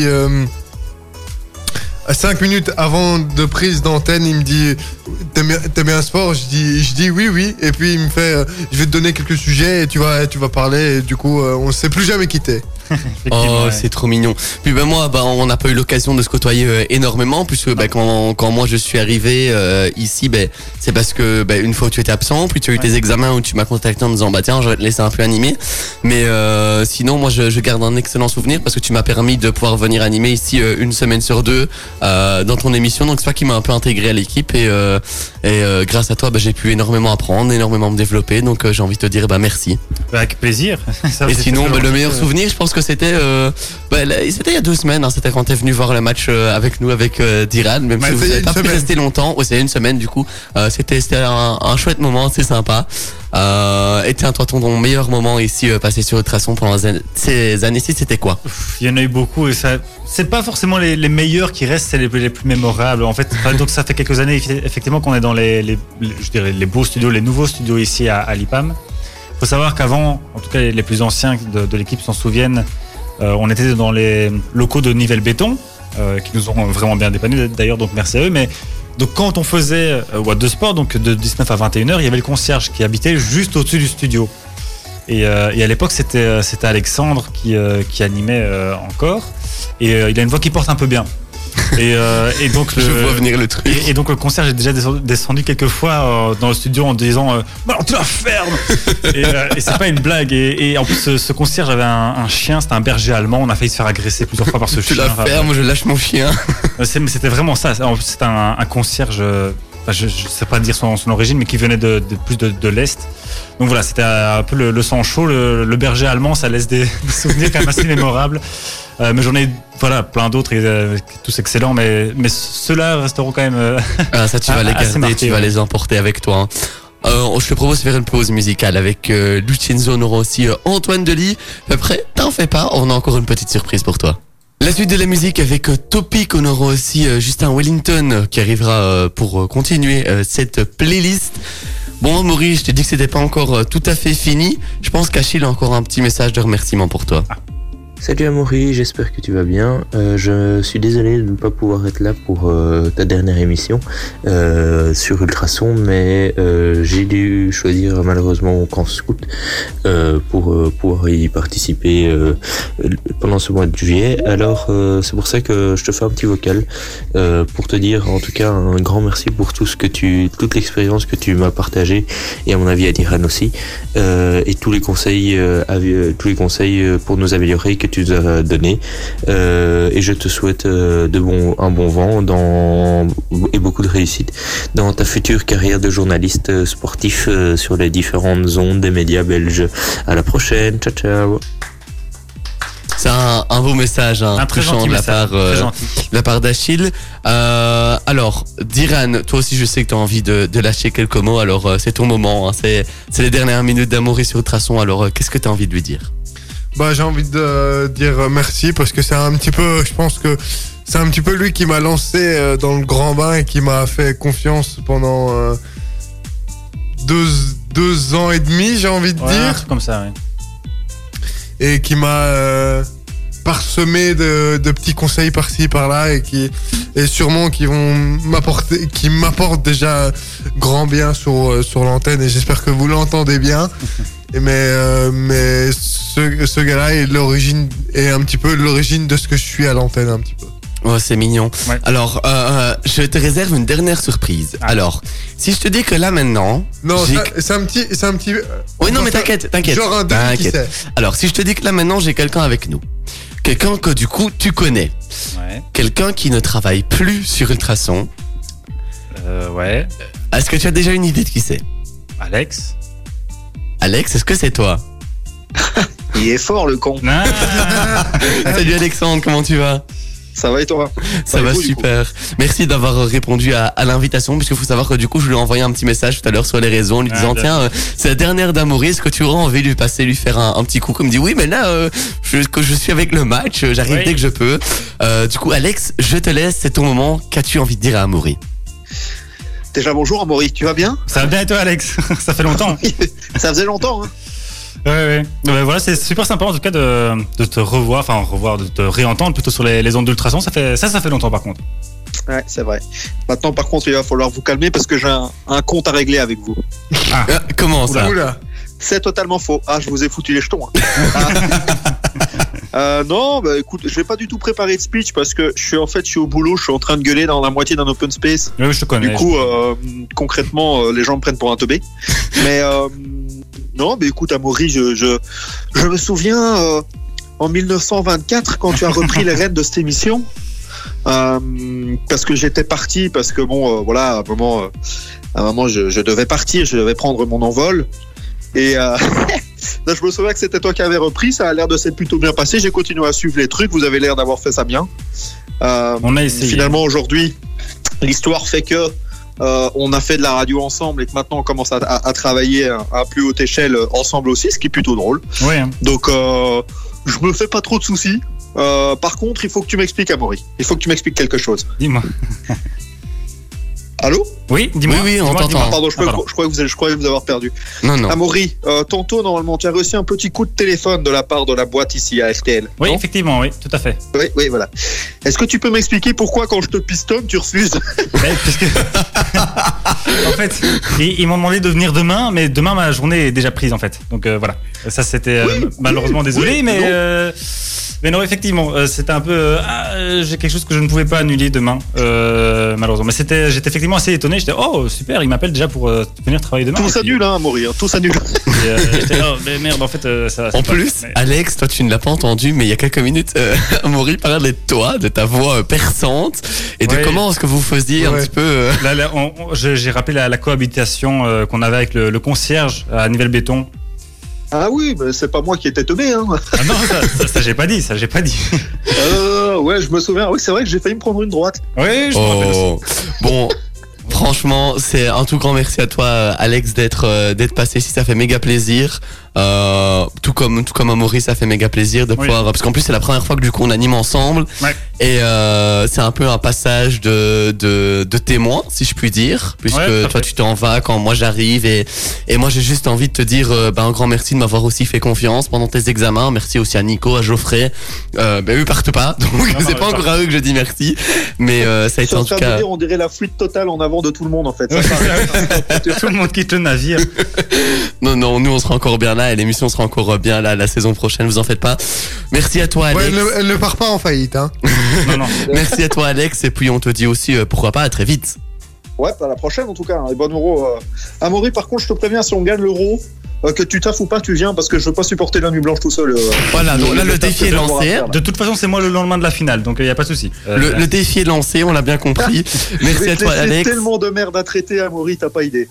à 5 minutes avant de prise d'antenne, il me dit t'aimes bien un sport? Je dis oui. Et puis il me fait je vais te donner quelques sujets et tu vas parler. Et du coup, on s'est plus jamais quitté. Oh, c'est trop mignon. Puis moi, on n'a pas eu l'occasion de se côtoyer énormément, puisque quand moi je suis arrivé ici, c'est parce que une fois tu étais absent, puis tu as eu tes examens où tu m'as contacté en me disant tiens, je vais te laisser un peu animer. Mais sinon, moi je garde un excellent souvenir parce que tu m'as permis de pouvoir venir animer ici une semaine sur 2 dans ton émission. Donc c'est toi qui m'as un peu intégré à l'équipe et grâce à toi, j'ai pu énormément apprendre, énormément me développer. Donc j'ai envie de te dire merci. Avec plaisir. Et sinon, le meilleur souvenir, je pense que c'était il y a 2 semaines, c'était quand t'es venu voir le match avec nous, avec Diran, même si vous n'avez pas pu rester longtemps. Ouais, c'est une semaine du coup. C'était un chouette moment, c'est sympa. Et tiens, toi, ton meilleur moment ici passé sur Ultrason pendant ces années-ci, c'était quoi? Il y en a eu beaucoup et ça, c'est pas forcément les meilleurs qui restent, c'est les plus mémorables. En fait, donc ça fait quelques années effectivement qu'on est dans les beaux studios, les nouveaux studios ici à l'IPAM. Il faut savoir qu'avant, en tout cas les plus anciens de l'équipe s'en souviennent, on était dans les locaux de Nivelles Béton, qui nous ont vraiment bien dépanné d'ailleurs, donc merci à eux. Mais donc quand on faisait What the Sport, donc de 19 à 21h, il y avait le concierge qui habitait juste au-dessus du studio. Et à l'époque, c'était Alexandre qui animait encore. Et il a une voix qui porte un peu bien. Et donc je vois venir le truc. Et donc le concierge est déjà descendu quelques fois dans le studio en disant alors tu la fermes. Et c'est pas une blague. Et en plus ce concierge avait un chien, c'était un berger allemand. On a failli se faire agresser plusieurs fois par ce chien. Tu la fermes, je lâche mon chien. Mais c'était vraiment ça. En plus c'était un concierge. Je sais pas dire son origine, mais qui venait plus de l'Est. Donc voilà, c'était un peu le sang chaud. Le berger allemand, ça laisse des souvenirs quand même assez mémorables. Mais j'en ai plein d'autres, tous excellents, mais ceux-là resteront quand même. Ça, tu vas les garder, tu vas les emporter avec toi. Je te propose de faire une pause musicale avec Lucenzo. On aura aussi Antoine Delis. Après, t'en fais pas, on a encore une petite surprise pour toi. La suite de la musique avec Topic, on aura aussi Justin Wellington qui arrivera pour continuer cette playlist. Bon, Maurice, je t'ai dit que c'était pas encore tout à fait fini. Je pense qu'Achille a encore un petit message de remerciement pour toi. Salut Amaury, j'espère que tu vas bien. Je suis désolé de ne pas pouvoir être là pour ta dernière émission sur Ultrason, mais j'ai dû choisir malheureusement mon camp scout pour pouvoir y participer pendant ce mois de juillet. Alors c'est pour ça que je te fais un petit vocal pour te dire en tout cas un grand merci pour toute l'expérience que tu m'as partagée, et à mon avis à Diran aussi, et tous les conseils pour nous améliorer que tu nous as donné, et je te souhaite un bon vent et beaucoup de réussite dans ta future carrière de journaliste sportif sur les différentes ondes des médias belges. À la prochaine, ciao ciao. C'est un beau message, touchant de la part d'Achille. Alors, Diran, toi aussi je sais que tu as envie de lâcher quelques mots, alors c'est ton moment, c'est les dernières minutes d'Amaury sur Ultrason, alors qu'est-ce que tu as envie de lui dire? J'ai envie de dire merci parce que c'est un petit peu, je pense que c'est un petit peu lui qui m'a lancé dans le grand bain et qui m'a fait confiance pendant 2 ans et demi, j'ai envie de dire. Un truc comme ça, oui. Et qui m'a parsemé de petits conseils par-ci par-là et sûrement qui m'apportent déjà grand bien sur l'antenne, et j'espère que vous l'entendez bien. Mais ce gars-là est un petit peu l'origine de ce que je suis à l'antenne un petit peu. Oh, c'est mignon. Ouais. Alors, je te réserve une dernière surprise. Alors, si je te dis que là maintenant... Non, c'est un petit... Oui, non, mais t'inquiète. Genre un demi qui sait. Alors, si je te dis que là maintenant j'ai quelqu'un avec nous, quelqu'un que du coup tu connais, quelqu'un qui ne travaille plus sur Ultrason. Ouais. Est-ce que tu as déjà une idée de qui c'est? Alex, est-ce que c'est toi? Il est fort, le con. Salut Alexandre, comment tu vas? Ça va et toi? Ça va super. Merci d'avoir répondu à l'invitation, puisqu'il faut savoir que du coup je lui ai envoyé un petit message tout à l'heure sur les réseaux en lui disant tiens, c'est la dernière d'Amaury, est-ce que tu auras envie de lui faire un petit coup? Il me dit oui, mais là je suis avec le match, j'arrive dès que je peux. Du coup Alex, je te laisse, c'est ton moment. Qu'as-tu envie de dire à Amaury? Déjà bonjour Amaury, tu vas bien? Ça va bien et toi Alex? Ça fait longtemps. Ça faisait longtemps, hein. Ouais. Voilà, c'est super sympa en tout cas de te revoir, de te réentendre plutôt sur les ondes d'Ultrason. Ça fait longtemps par contre. Ouais, c'est vrai. Maintenant, par contre, il va falloir vous calmer parce que j'ai un compte à régler avec vous. Comment ça? Oula. C'est totalement faux. Je vous ai foutu les jetons. Non, écoute, je vais pas du tout préparer de speech parce que je suis au boulot, je suis en train de gueuler dans la moitié d'un open space. Oui, je te connais. Du coup, concrètement, les gens me prennent pour un teubé. Mais non, écoute, Amaury, je me souviens en 1924 quand tu as repris les rênes de cette émission. Parce que j'étais parti, parce que à un moment, je devais partir, je devais prendre mon envol. Et je me souviens que c'était toi qui avais repris, ça a l'air de s'être plutôt bien passé. J'ai continué à suivre les trucs, vous avez l'air d'avoir fait ça bien. On a essayé. Finalement, aujourd'hui, l'histoire fait que on a fait de la radio ensemble et que maintenant on commence à travailler à plus haute échelle ensemble aussi, ce qui est plutôt drôle. Ouais. Donc, je me fais pas trop de soucis. Par contre, il faut que tu m'expliques, Amaury. Il faut que tu m'expliques quelque chose. Dis-moi. Allô? Oui, dis-moi. Oui, on t'entend. Pardon, je croyais vous avoir perdu. Non. Amaury, tantôt, normalement, tu as reçu un petit coup de téléphone de la part de la boîte ici à RTL. Oui, non? effectivement, oui, tout à fait. Oui, voilà. Est-ce que tu peux m'expliquer pourquoi, quand je te pistonne, tu refuses? Parce que... en fait, ils m'ont demandé de venir demain, mais demain, ma journée est déjà prise, en fait. Donc, voilà. Ça, c'était malheureusement désolé, mais... Mais non, effectivement, c'était un peu... j'ai quelque chose que je ne pouvais pas annuler demain, malheureusement. Mais j'étais effectivement assez étonné. J'étais, oh, super, il m'appelle déjà pour venir travailler demain. Tout s'annule, hein, Amaury, tout s'annule. J'étais, oh, mais merde, en fait, ça... En plus, Alex, toi, tu ne l'as pas entendu, mais il y a quelques minutes, Amaury parlait de toi, de ta voix perçante, et de comment est-ce que vous faisiez un petit peu... Là, j'ai rappelé la cohabitation qu'on avait avec le concierge à Nivelles Béton. Ah oui, mais c'est pas moi qui étais teubé, hein. Ah non, ça j'ai pas dit, Ouais, je me souviens, oui, c'est vrai que j'ai failli me prendre une droite. Oui, je me rappelle aussi. Bon, franchement, c'est un tout grand merci à toi, Alex, d'être passé ici, ça fait méga plaisir. Tout comme à Maurice, ça fait méga plaisir de pouvoir, parce qu'en plus c'est la première fois que du coup on anime ensemble, et c'est un peu un passage de témoin, si je puis dire, puisque toi tu t'en vas quand moi j'arrive, et moi j'ai juste envie de te dire un grand merci de m'avoir aussi fait confiance pendant tes examens. Merci aussi à Nico, à Geoffrey, eux partent pas, donc c'est pas encore à eux que je dis merci, mais ça a été en tout cas... On dirait la fuite totale en avant de tout le monde en fait. Tout le monde quitte le navire. Non, nous on sera encore bien là, et l'émission sera encore bien là la saison prochaine, vous en faites pas. Merci à toi, Alex. Elle ne part pas en faillite, hein. Non. Merci à toi, Alex, et puis on te dit aussi pourquoi pas à très vite. Ouais, à la prochaine en tout cas, et bon euro. Amaury, par contre, je te préviens, si on gagne l'euro, que tu taffes ou pas, tu viens, parce que je veux pas supporter la nuit blanche tout seul. Voilà, donc là le défi est lancé. De toute façon, c'est moi le lendemain de la finale, donc il y a pas de souci. Le défi est lancé, on l'a bien compris. Merci à toi, Alex. Tellement de merde à traiter, Amaury, t'as pas idée.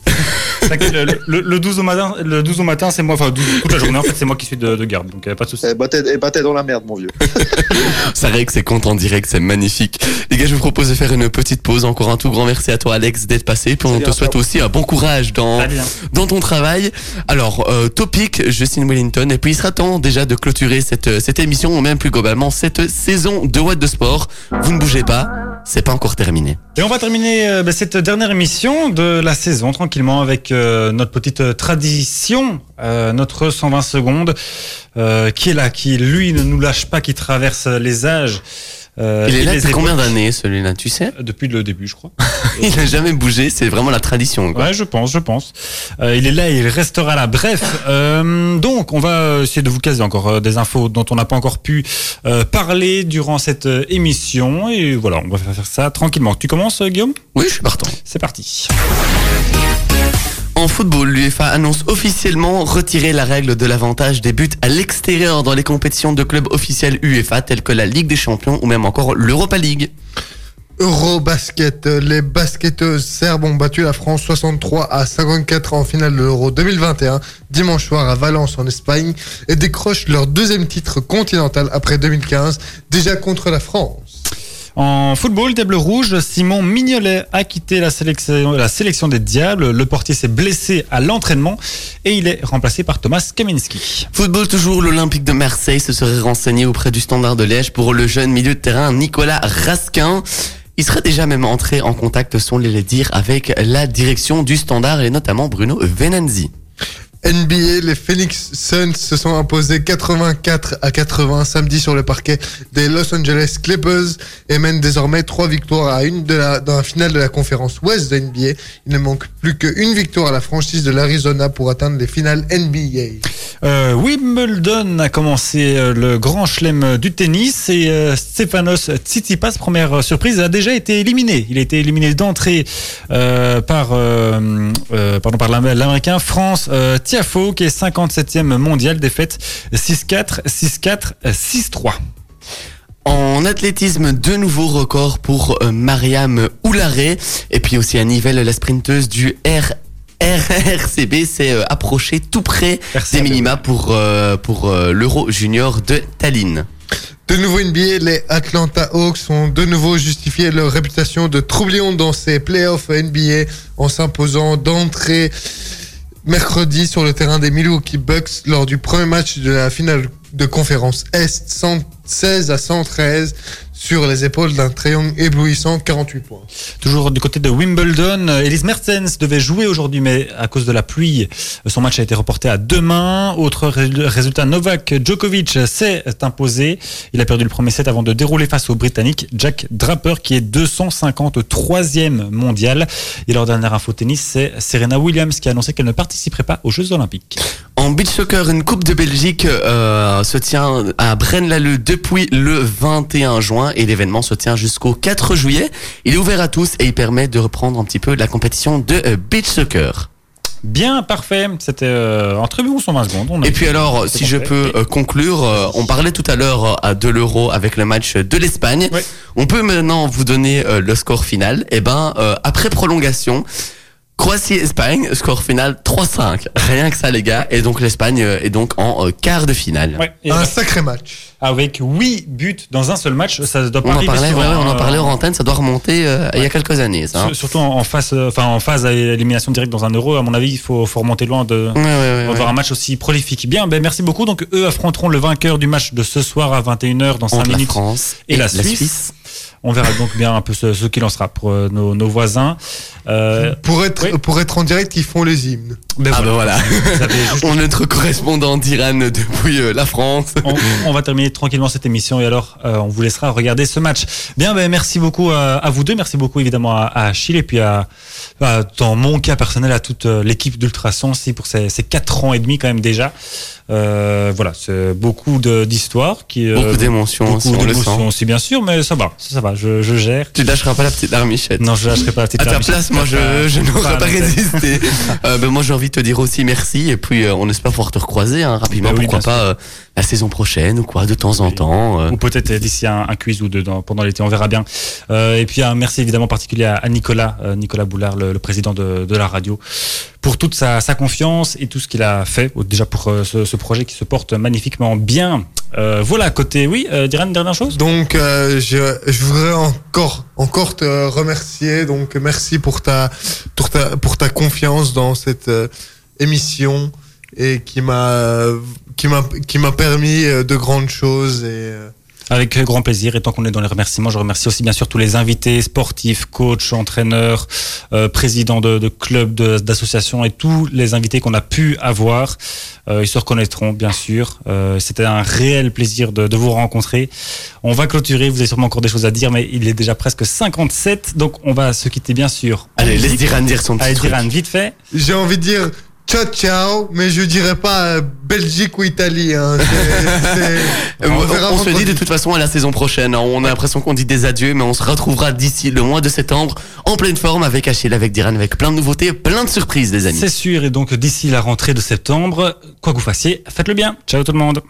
Le 12 au matin, c'est moi, enfin toute la journée en fait, c'est moi qui suis de garde, donc pas de souci. T'es dans la merde, mon vieux. Ça règle, c'est compte en direct, c'est magnifique. Les gars, je vous propose de faire une petite pause. Encore un tout grand merci à toi, Alex, d'être passé. Puis on te souhaite aussi un bon courage dans ton travail. Alors, Topic, Justin Wellington, et puis il sera temps déjà de clôturer cette émission, ou même plus globalement cette saison de What the Sport. Vous ne bougez pas, c'est pas encore terminé. Et on va terminer cette dernière émission de la saison tranquillement avec notre petite tradition, notre 120 secondes, qui est là, qui lui ne nous lâche pas, qui traverse les âges. Il est là depuis combien d'années, celui-là, tu sais? Depuis le début, je crois. Il n'a jamais bougé, c'est vraiment la tradition, quoi. Ouais, je pense. Il est là et il restera là. Bref, donc on va essayer de vous caser encore des infos dont on n'a pas encore pu parler durant cette émission. Et voilà, on va faire ça tranquillement. Tu commences, Guillaume? Oui, je suis partant. C'est parti. En football, l'UEFA annonce officiellement retirer la règle de l'avantage des buts à l'extérieur dans les compétitions de clubs officiels UEFA telles que la Ligue des Champions ou même encore l'Europa League. Eurobasket, les basketteuses serbes ont battu la France 63-54 en finale de l'Euro 2021 dimanche soir à Valence en Espagne et décrochent leur deuxième titre continental après 2015, déjà contre la France. En football, Diable Rouge, Simon Mignolet a quitté la sélection des Diables. Le portier s'est blessé à l'entraînement et il est remplacé par Thomas Kaminski. Football toujours, l'Olympique de Marseille se serait renseigné auprès du Standard de Liège pour le jeune milieu de terrain Nicolas Raskin. Il serait déjà même entré en contact, sont-les les dire, avec la direction du Standard et notamment Bruno Venanzi. NBA, les Phoenix Suns se sont imposés 84-80 samedi sur le parquet des Los Angeles Clippers et mènent désormais 3 victoires à 1 dans la finale de la conférence Ouest de NBA. Il ne manque plus qu'une victoire à la franchise de l'Arizona pour atteindre les finales NBA. Wimbledon a commencé le grand chelem du tennis et Stefanos Tsitsipas, première surprise, a déjà été éliminé. Il a été éliminé d'entrée par l'Américain France Tiafoe, qui est 57e mondial, défaite 6-4, 6-4, 6-3. En athlétisme, de nouveaux records pour Mariam Oularé. Et puis aussi à Nivelles, la sprinteuse du RCB s'est approchée tout près des minima pour l'Euro Junior de Tallinn. De nouveau NBA, les Atlanta Hawks ont de nouveau justifié leur réputation de troublion dans ces playoffs NBA en s'imposant d'entrée mercredi sur le terrain des Milwaukee Bucks lors du premier match de la finale de conférence Est, 116-113 sur les épaules d'un triangle éblouissant, 48 points. Toujours du côté de Wimbledon, Elise Mertens devait jouer aujourd'hui, mais à cause de la pluie, son match a été reporté à demain. Autre résultat, Novak Djokovic s'est imposé. Il a perdu le premier set avant de dérouler face au Britannique Jack Draper, qui est 253e mondial. Et leur dernière info tennis, c'est Serena Williams qui a annoncé qu'elle ne participerait pas aux Jeux Olympiques. En beach soccer, une Coupe de Belgique se tient à Braine-l'Alleud depuis le 21 juin et l'événement se tient jusqu'au 4 juillet. Il est ouvert à tous et il permet de reprendre un petit peu la compétition de beach soccer. Bien, parfait. C'était un très bon 120 secondes. Et puis alors, si je peux conclure, on parlait tout à l'heure de l'Euro avec le match de l'Espagne. Ouais. On peut maintenant vous donner le score final. Et après prolongation, Croatie-Espagne, score final 3-5. Rien que ça, les gars. Et donc l'Espagne est donc en quart de finale. Ouais, un sacré match. Avec 8 buts dans un seul match, ça doit pas on arriver souvent. On en parlait en antenne, ça doit remonter il y a quelques années. Ça, hein. Surtout en phase à élimination directe dans un Euro, à mon avis, il faut remonter loin de voir un match aussi prolifique. Bien, merci beaucoup. Donc eux affronteront le vainqueur du match de ce soir à 21h dans 5 minutes. La France et la Suisse. On verra donc bien un peu ce qu'il en sera pour nos voisins. Pour être en direct, ils font les hymnes. Voilà. On est notre correspondant d'Iran depuis la France. On va terminer tranquillement cette émission et alors on vous laissera regarder ce match. Bien, merci beaucoup à vous deux. Merci beaucoup évidemment à Achille et puis dans mon cas personnel à toute l'équipe d'Ultrason aussi pour ces 4 ans et demi quand même déjà. Voilà, c'est beaucoup d'histoires beaucoup d'émotions aussi bien sûr, mais ça va, je gère. Tu lâcheras pas la petite larmichette? Non, je lâcherai pas la petite larmichette. À ta place, moi je n'aurais pas résisté. Moi j'ai envie de te dire aussi merci et puis on espère pouvoir te recroiser rapidement, pourquoi pas la saison prochaine ou quoi, de temps en temps. Ou peut-être d'ici un quiz ou deux pendant l'été, on verra bien. Et puis un merci évidemment particulier à Nicolas Boulard, le président de la radio, pour toute sa confiance et tout ce qu'il a fait déjà pour ce projet qui se porte magnifiquement bien. Voilà, côté, Diran, dernière chose. Donc je voudrais encore te remercier. Donc merci pour ta confiance dans cette émission et qui m'a permis de grandes choses Avec grand plaisir. Et tant qu'on est dans les remerciements, je remercie aussi bien sûr tous les invités sportifs, coachs, entraîneurs, présidents de clubs, d'associations et tous les invités qu'on a pu avoir. Ils se reconnaîtront bien sûr. C'était un réel plaisir de vous rencontrer. On va clôturer. Vous avez sûrement encore des choses à dire, mais il est déjà presque 57. Donc on va se quitter bien sûr. Allez, laisse Diran dire son petit truc. Diran, vite fait. J'ai envie de dire ciao ciao, mais je dirais pas Belgique ou Italie. Hein. On se dit de toute façon à la saison prochaine. On a l'impression qu'on dit des adieux, mais on se retrouvera d'ici le mois de septembre en pleine forme avec Achille, avec Diran, avec plein de nouveautés, plein de surprises, les amis. C'est sûr. Et donc d'ici la rentrée de septembre, quoi que vous fassiez, faites-le bien. Ciao tout le monde.